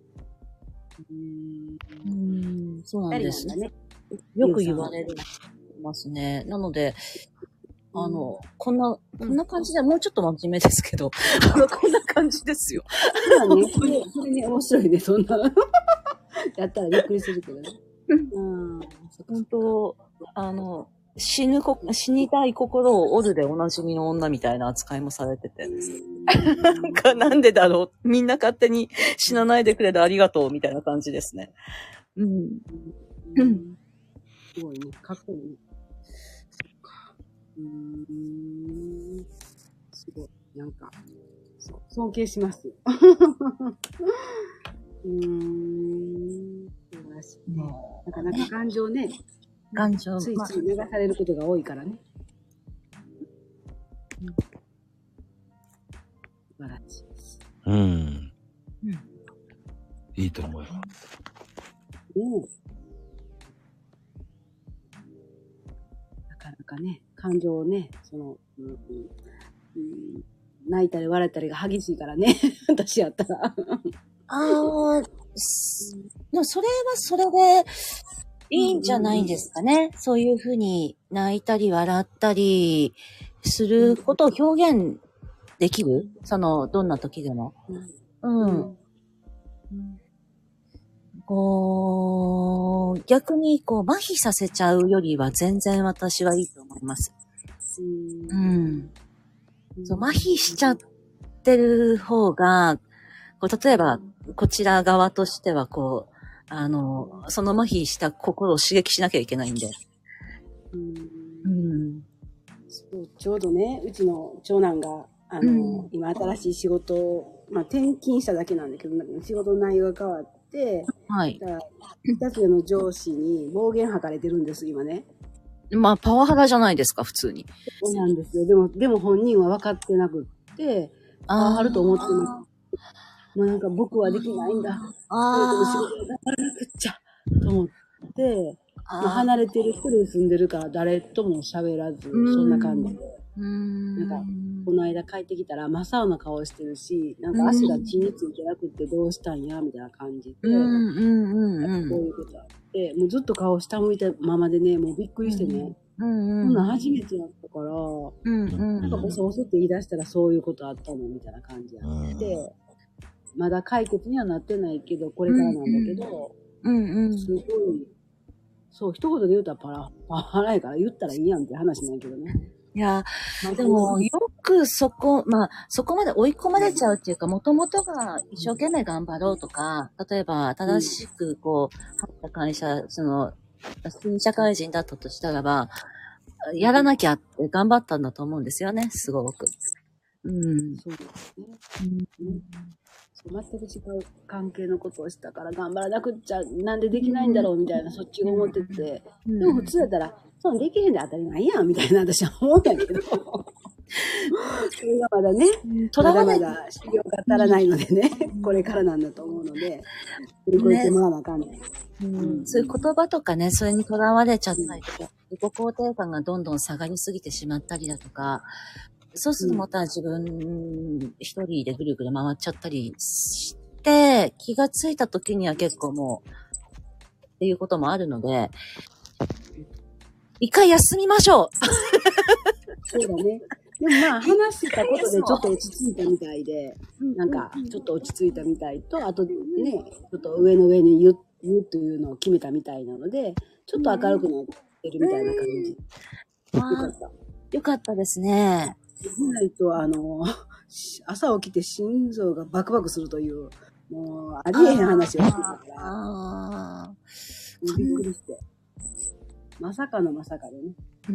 うん、 そうなんですね。 よく言われますね。なので、あの、こんな、こんな感じで、もうちょっと真面目ですけど、あの、こんな感じですよ。 まあね、それ、それね、面白いね、そんな。やったらびっくりするけどね。うん。 本当、あの、死ぬこ、死にたい心を折るでおなじみの女みたいな扱いもされてて。なんか、なんでだろう。みんな勝手に死なないでくれてありがとうみたいな感じですね。うん。 うん。すごいね。かっこいいね。うーん。すごい。なんか、そう、尊敬します。うーん。素晴らしいね。なかなか感情ね。 感情、 ついつい流されることが多いからね。うん、素晴らしいです。 うん。うん。いいと思います。 ねえ。なかなかね、感情をね、その、うんうん、泣いたり笑ったりが激しいからね、私やったら。ああ、でもそれはそれでいいんじゃないですかね。うん、そういうふうに泣いたり笑ったりすることを表現できる、その、どんな時でも。うん。うん、こう、逆にこう、麻痺させちゃうよりは全然私はいいと思います。うん。そう、麻痺しちゃってる方が、こう例えば、こちら側としては、こう、あの、その麻痺した心を刺激しなきゃいけないんで。うん。うん、 そうちょうどね、うちの長男が、あの、うん、今新しい仕事を、まあ、転勤しただけなんだけど、仕事の内容が変わって、 はい。 だから、二つの上司に暴言吐かれてるんです、今ね。 まあ、パワハラじゃないですか、普通に。 そうなんですよ。でも、でも本人は分かってなくって、パワハラと思ってます。まあなんか僕はできないんだ。ああ。仕事を頑張らなくっちゃ。と思って、あまあ、離れてる一人で住んでるから誰とも喋らず、そんな感じで。うんなんか、この間帰ってきたら真っ青な顔してるし、なんか足が血についてなくってどうしたんや、みたいな感じで。うんうんうん、こういうことあって、もうずっと顔下向いたままでね、もうびっくりしてね。うんうん、そんなん初めてやったから、うんうん、なんかボソボソって言い出したらそういうことあったのみたいな感じやって、まだ解決にはなってないけど、これからなんだけど、うんうん、すごい、そう、一言で言うたらパラ、パハラやから言ったらいいやんって話なんやけどね。 いや、でも、よくそこ、まあ、そこまで追い込まれちゃうっていうか、もともとが一生懸命頑張ろうとか、例えば、正しくこう、入った会社、その、新社会人だったとしたらば、やらなきゃって頑張ったんだと思うんですよね、すごく。うん。そうですね。うんうん全く違う関係のことをしたから頑張らなくっちゃなんでできないんだろうみたいなそっちが思ってて、うん、でも普通だったらそうできへんで当たり前やんみたいな私は思うんだけどそれがまだね、まだまだ修行が足らないのでね、うん、これからなんだと思うので乗り越えてもらわなあかんね、 うんうん、そういう言葉とかねそれにとらわれちゃったりとか自己肯定感がどんどん下がりすぎてしまったりだとかそうするとまた自分一人でぐるぐる回っちゃったりして、気がついた時には結構もう、っていうこともあるので、一回休みましょう。 そうだね。でもまあ話したことでちょっと落ち着いたみたいで、なんかちょっと落ち着いたみたいと、あとね、ちょっと上の上に言う、言うというのを決めたみたいなので、ちょっと明るくなってるみたいな感じ。よかった。 よかったですね。 ないと、あの、 朝起きて心臓がバクバクするという、もう、ありえへん話をしてたから、びっくりして。まさかのまさかでね。 うん。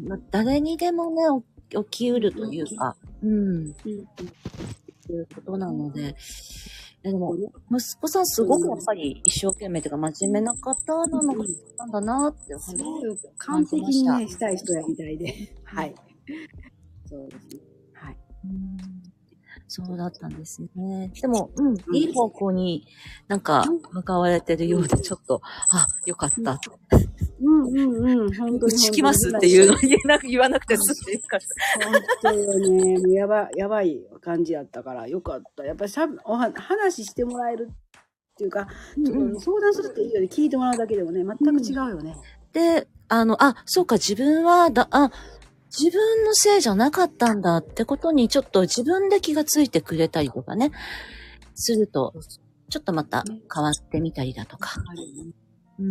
まあ、誰にでもね、起きうるというか、うん。うん。ということなので、でも、息子さんすごくやっぱり一生懸命というか真面目な方なのかなんだなってそう完璧にね、したい人やみたいで。はい。そうですね。はい。 うんそうだったんですね。でも、うん、いい方向になんか向かわれてるようで、ちょっと、あ、よかった。 うんうんうん。本当に。 打ちきますっていうのを言えなく、言わなくて済んでいいか。 本当よね。もうやば、やばい感じやったから、よかった。やっぱりしゃおは話してもらえるっていうか、うんうん、相談するっていいよね。聞いてもらうだけでもね、全く違うよね。 うん、で、あの、あ、そうか、自分は、だ、あ、自分のせいじゃなかったんだってことにちょっと自分で気がついてくれたりとかね、すると、ちょっとまた変わってみたりだとか。 うん、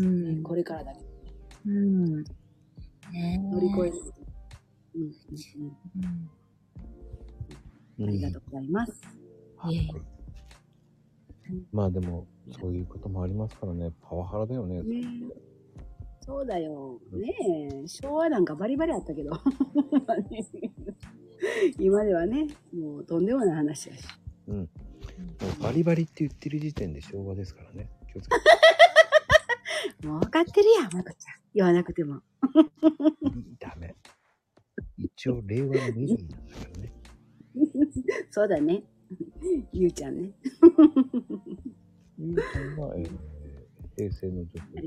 これからだけ。 うん。 ね、乗り越える。うんうんうん。ありがとうございます。 はい。まあでも、そういうこともありますからね、パワハラだよね。ねそうだよ。ねえ。昭和なんかバリバリあったけど。今ではね、もうとんでもない話やし。 うん。もうバリバリって言ってる時点で昭和ですからね。気をつけて。もう分かってるやん、まこちゃん。言わなくても。 ダメ。一応、令和のにじゅうなんだからね。 そうだね。ゆうちゃんね。 ゆうちゃんは、えー、平成の女性です。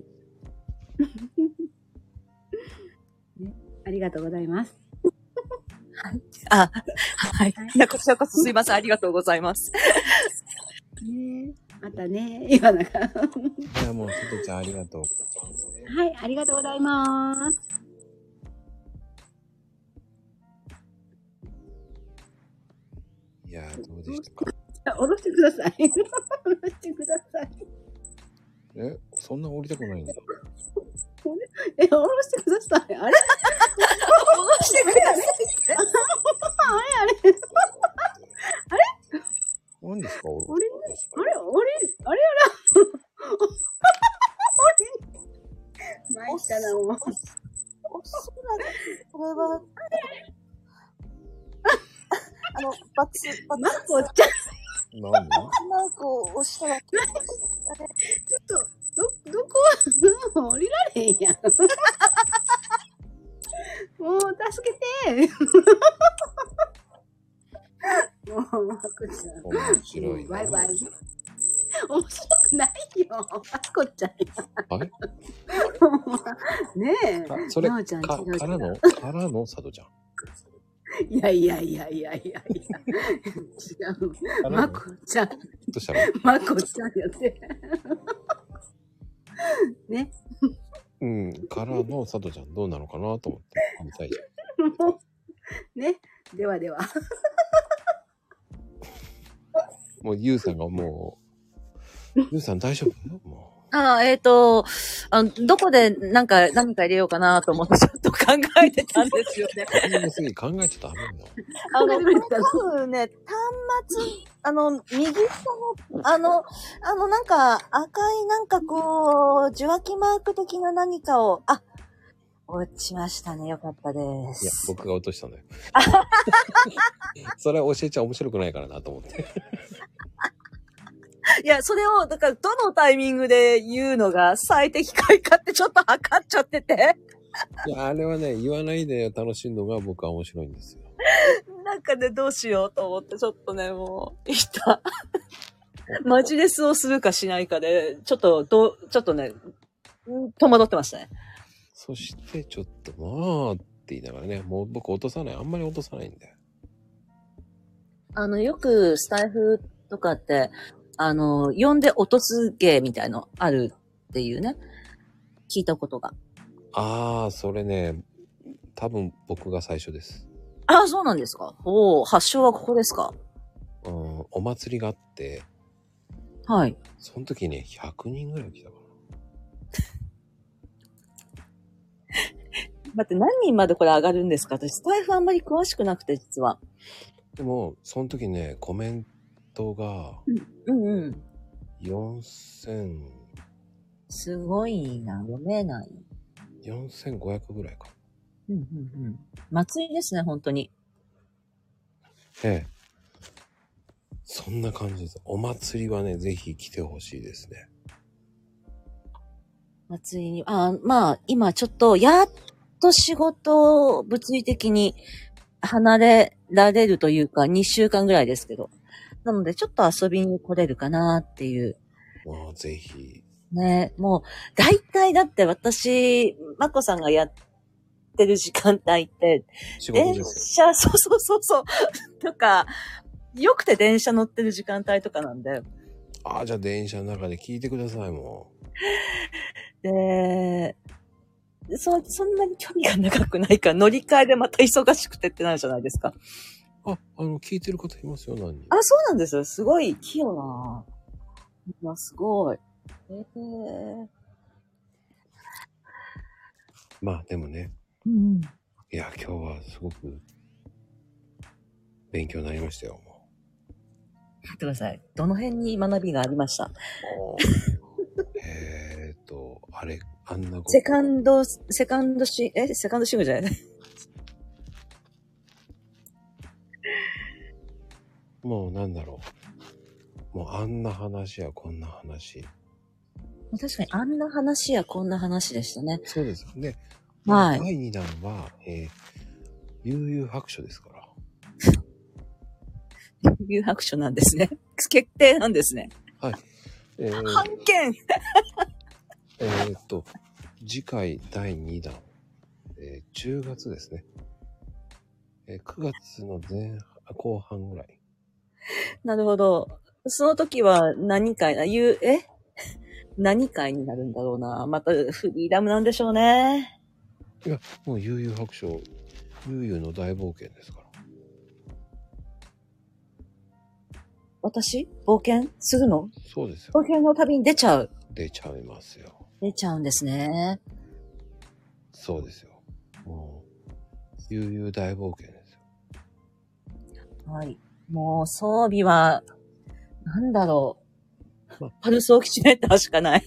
ね、ありがとうございます。 はい。あ、はい。いや、こちらこそすいません。ありがとうございます。 ねまたね、言わなかった。いや、もう、すとちゃんありがとう。 はい、ありがとうございます。 いやー、どうでしたか。 下ろしてください。下ろしてください。 え、そんな降りたくないんだ。 え、下ろしてください。あれ下ろしてください。あれあれあれ何ですか、 あれあれあれあれあれ参ったな、もう。おそらく、 これは、あの、バツ、バツ。 マコちゃん。 何マークを押したら、ちょっと、ど、どこは、降りられへんやん。もう、助けて。もう、マコちゃん。 面白い。 バイバイ。面白くないよ。マコちゃんや。 はいねえ。 それ、か、からの、からの、佐渡ちゃん。 いやいやいやいやいやいや。違う。まこちゃん。 どうしたの？ まこちゃんやって。ね。 うん。からの佐渡ちゃんどうなのかなと思って。 ね。ではでは。 もうゆうさんがもう、ゆうさん大丈夫？もう。 ああ、えっ、ー、と、あの、どこでなんか、何か入れようかなと思ってちょっと考えてたんですよね。 すぎ考えちゃダメだ。 あの、多分ね、端末、あの、右下の、あの、あの、なんか、赤いなんかこう、受話器マーク的な何かを、あ、落ちましたね。よかったです。 いや、僕が落としたんだよ。それは教えちゃ面白くないからなと思って。 いや、それを、だから、どのタイミングで言うのが最適解かってちょっと測っちゃってて。 いや、あれはね、言わないで楽しむのが僕は面白いんですよ。 なんかね、どうしようと思って、ちょっとね、もう、いた。マジレスをするかしないかで、ちょっと、どちょっとね、戸惑ってましたね。 そして、ちょっと、まあ、って言いながらね、もう僕落とさない、あんまり落とさないんで。 あの、よくスタイフとかって、あの、呼んで落とす芸みたいのあるっていうね、聞いたことが。 ああ、それね、多分僕が最初です。 ああ、そうなんですか。おお、発祥はここですか。 うん、お祭りがあって。 はい。 その時ね、ひゃくにんぐらい来たかな。 待って、何人までこれ上がるんですか？私、スタイフあんまり詳しくなくて、実は。 でも、その時ね、コメントが、 うんうん。 よんせん。 すごいな、読めない。 よんせんごひゃくぐらいか。 うんうんうん。祭りですね、本当に。 ええ。そんな感じです。お祭りはね、ぜひ来てほしいですね。 祭りに、あ、まあ、今ちょっと、やっと仕事を物理的に離れられるというか、にしゅうかんぐらいですけど。なので、ちょっと遊びに来れるかなっていう。 もうぜひ。 ね、もう、大体だって私、まこさんがやってる時間帯って、電車、そうそうそうそう、とか、よくて電車乗ってる時間帯とかなんで。 ああ、じゃあ電車の中で聞いてください、もう。で、そ、そんなに距離が長くないから乗り換えでまた忙しくてってなるじゃないですか。 あ、あの、聞いてる方いますよ、何人。 あ、そうなんですよ。すごい器用な。まあ、すごい。えー、 まあ、でもね。 うん。 いや、今日はすごく勉強になりましたよ、もう。待ってください。どの辺に学びがありました？ えーと、あれ、あんなセカンド、セカンドシ、え、セカンドシングルじゃないもうなんだろう。もうあんな話やこんな話。 確かにあんな話やこんな話でしたね。 そうです。で、 はい。 だいにだんは、えー、悠々白書ですから。 悠々白書なんですね。決定なんですね。 はい。 えー、判件えーっと、次回だいにだん、えー、じゅうがつですね。えー、くがつの前後半ぐらい。 なるほど。その時は何回な、ゆう、え何回になるんだろうな。またフリーダムなんでしょうね。 いや、もう悠々白書、悠々の大冒険ですから。 私冒険するの？ そうですよ。 冒険の旅に出ちゃう。 出ちゃいますよ。 出ちゃうんですね。 そうですよ。もう、悠々大冒険ですよ。 はい。もう装備は、なんだろう。パルスオキシメーターしかない。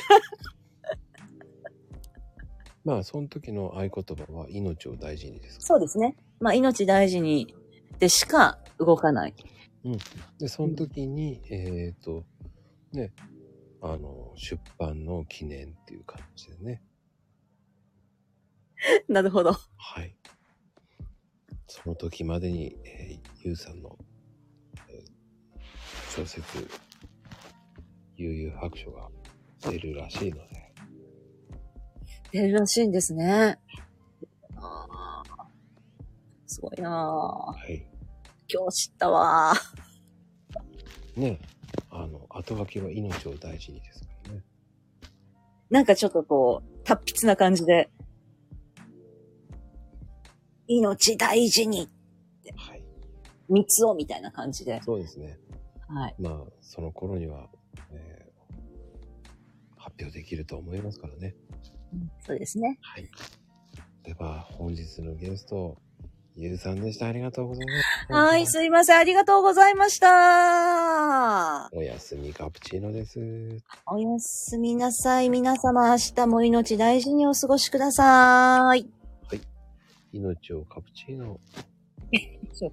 まあ、その時の合言葉は命を大事にです。 そうですね。まあ、命大事にでしか動かない。 うん。で、その時に、うん、えっと、ね、あの、出版の記念っていう感じでね。 なるほど。 はい。その時までに、えー、ゆうさんの、えー、小説、悠々白書が出るらしいので。 出るらしいんですね。ああ。すごいなぁ。 はい。 今日知ったわー。ね、あの、後書きは命を大事にですからね。 なんかちょっとこう、達筆な感じで。命大事にって。はい。三つをみたいな感じで。 そうですね。 はい。 まあ、その頃には、えー、発表できると思いますからね。 うん、そうですね。 はい。では、本日のゲスト、ゆうさんでした。ありがとうございます。 はい、すいません。ありがとうございました。 おやすみカプチーノです。 おやすみなさい。皆様、明日も命大事にお過ごしください。 はい。命をカプチーノ。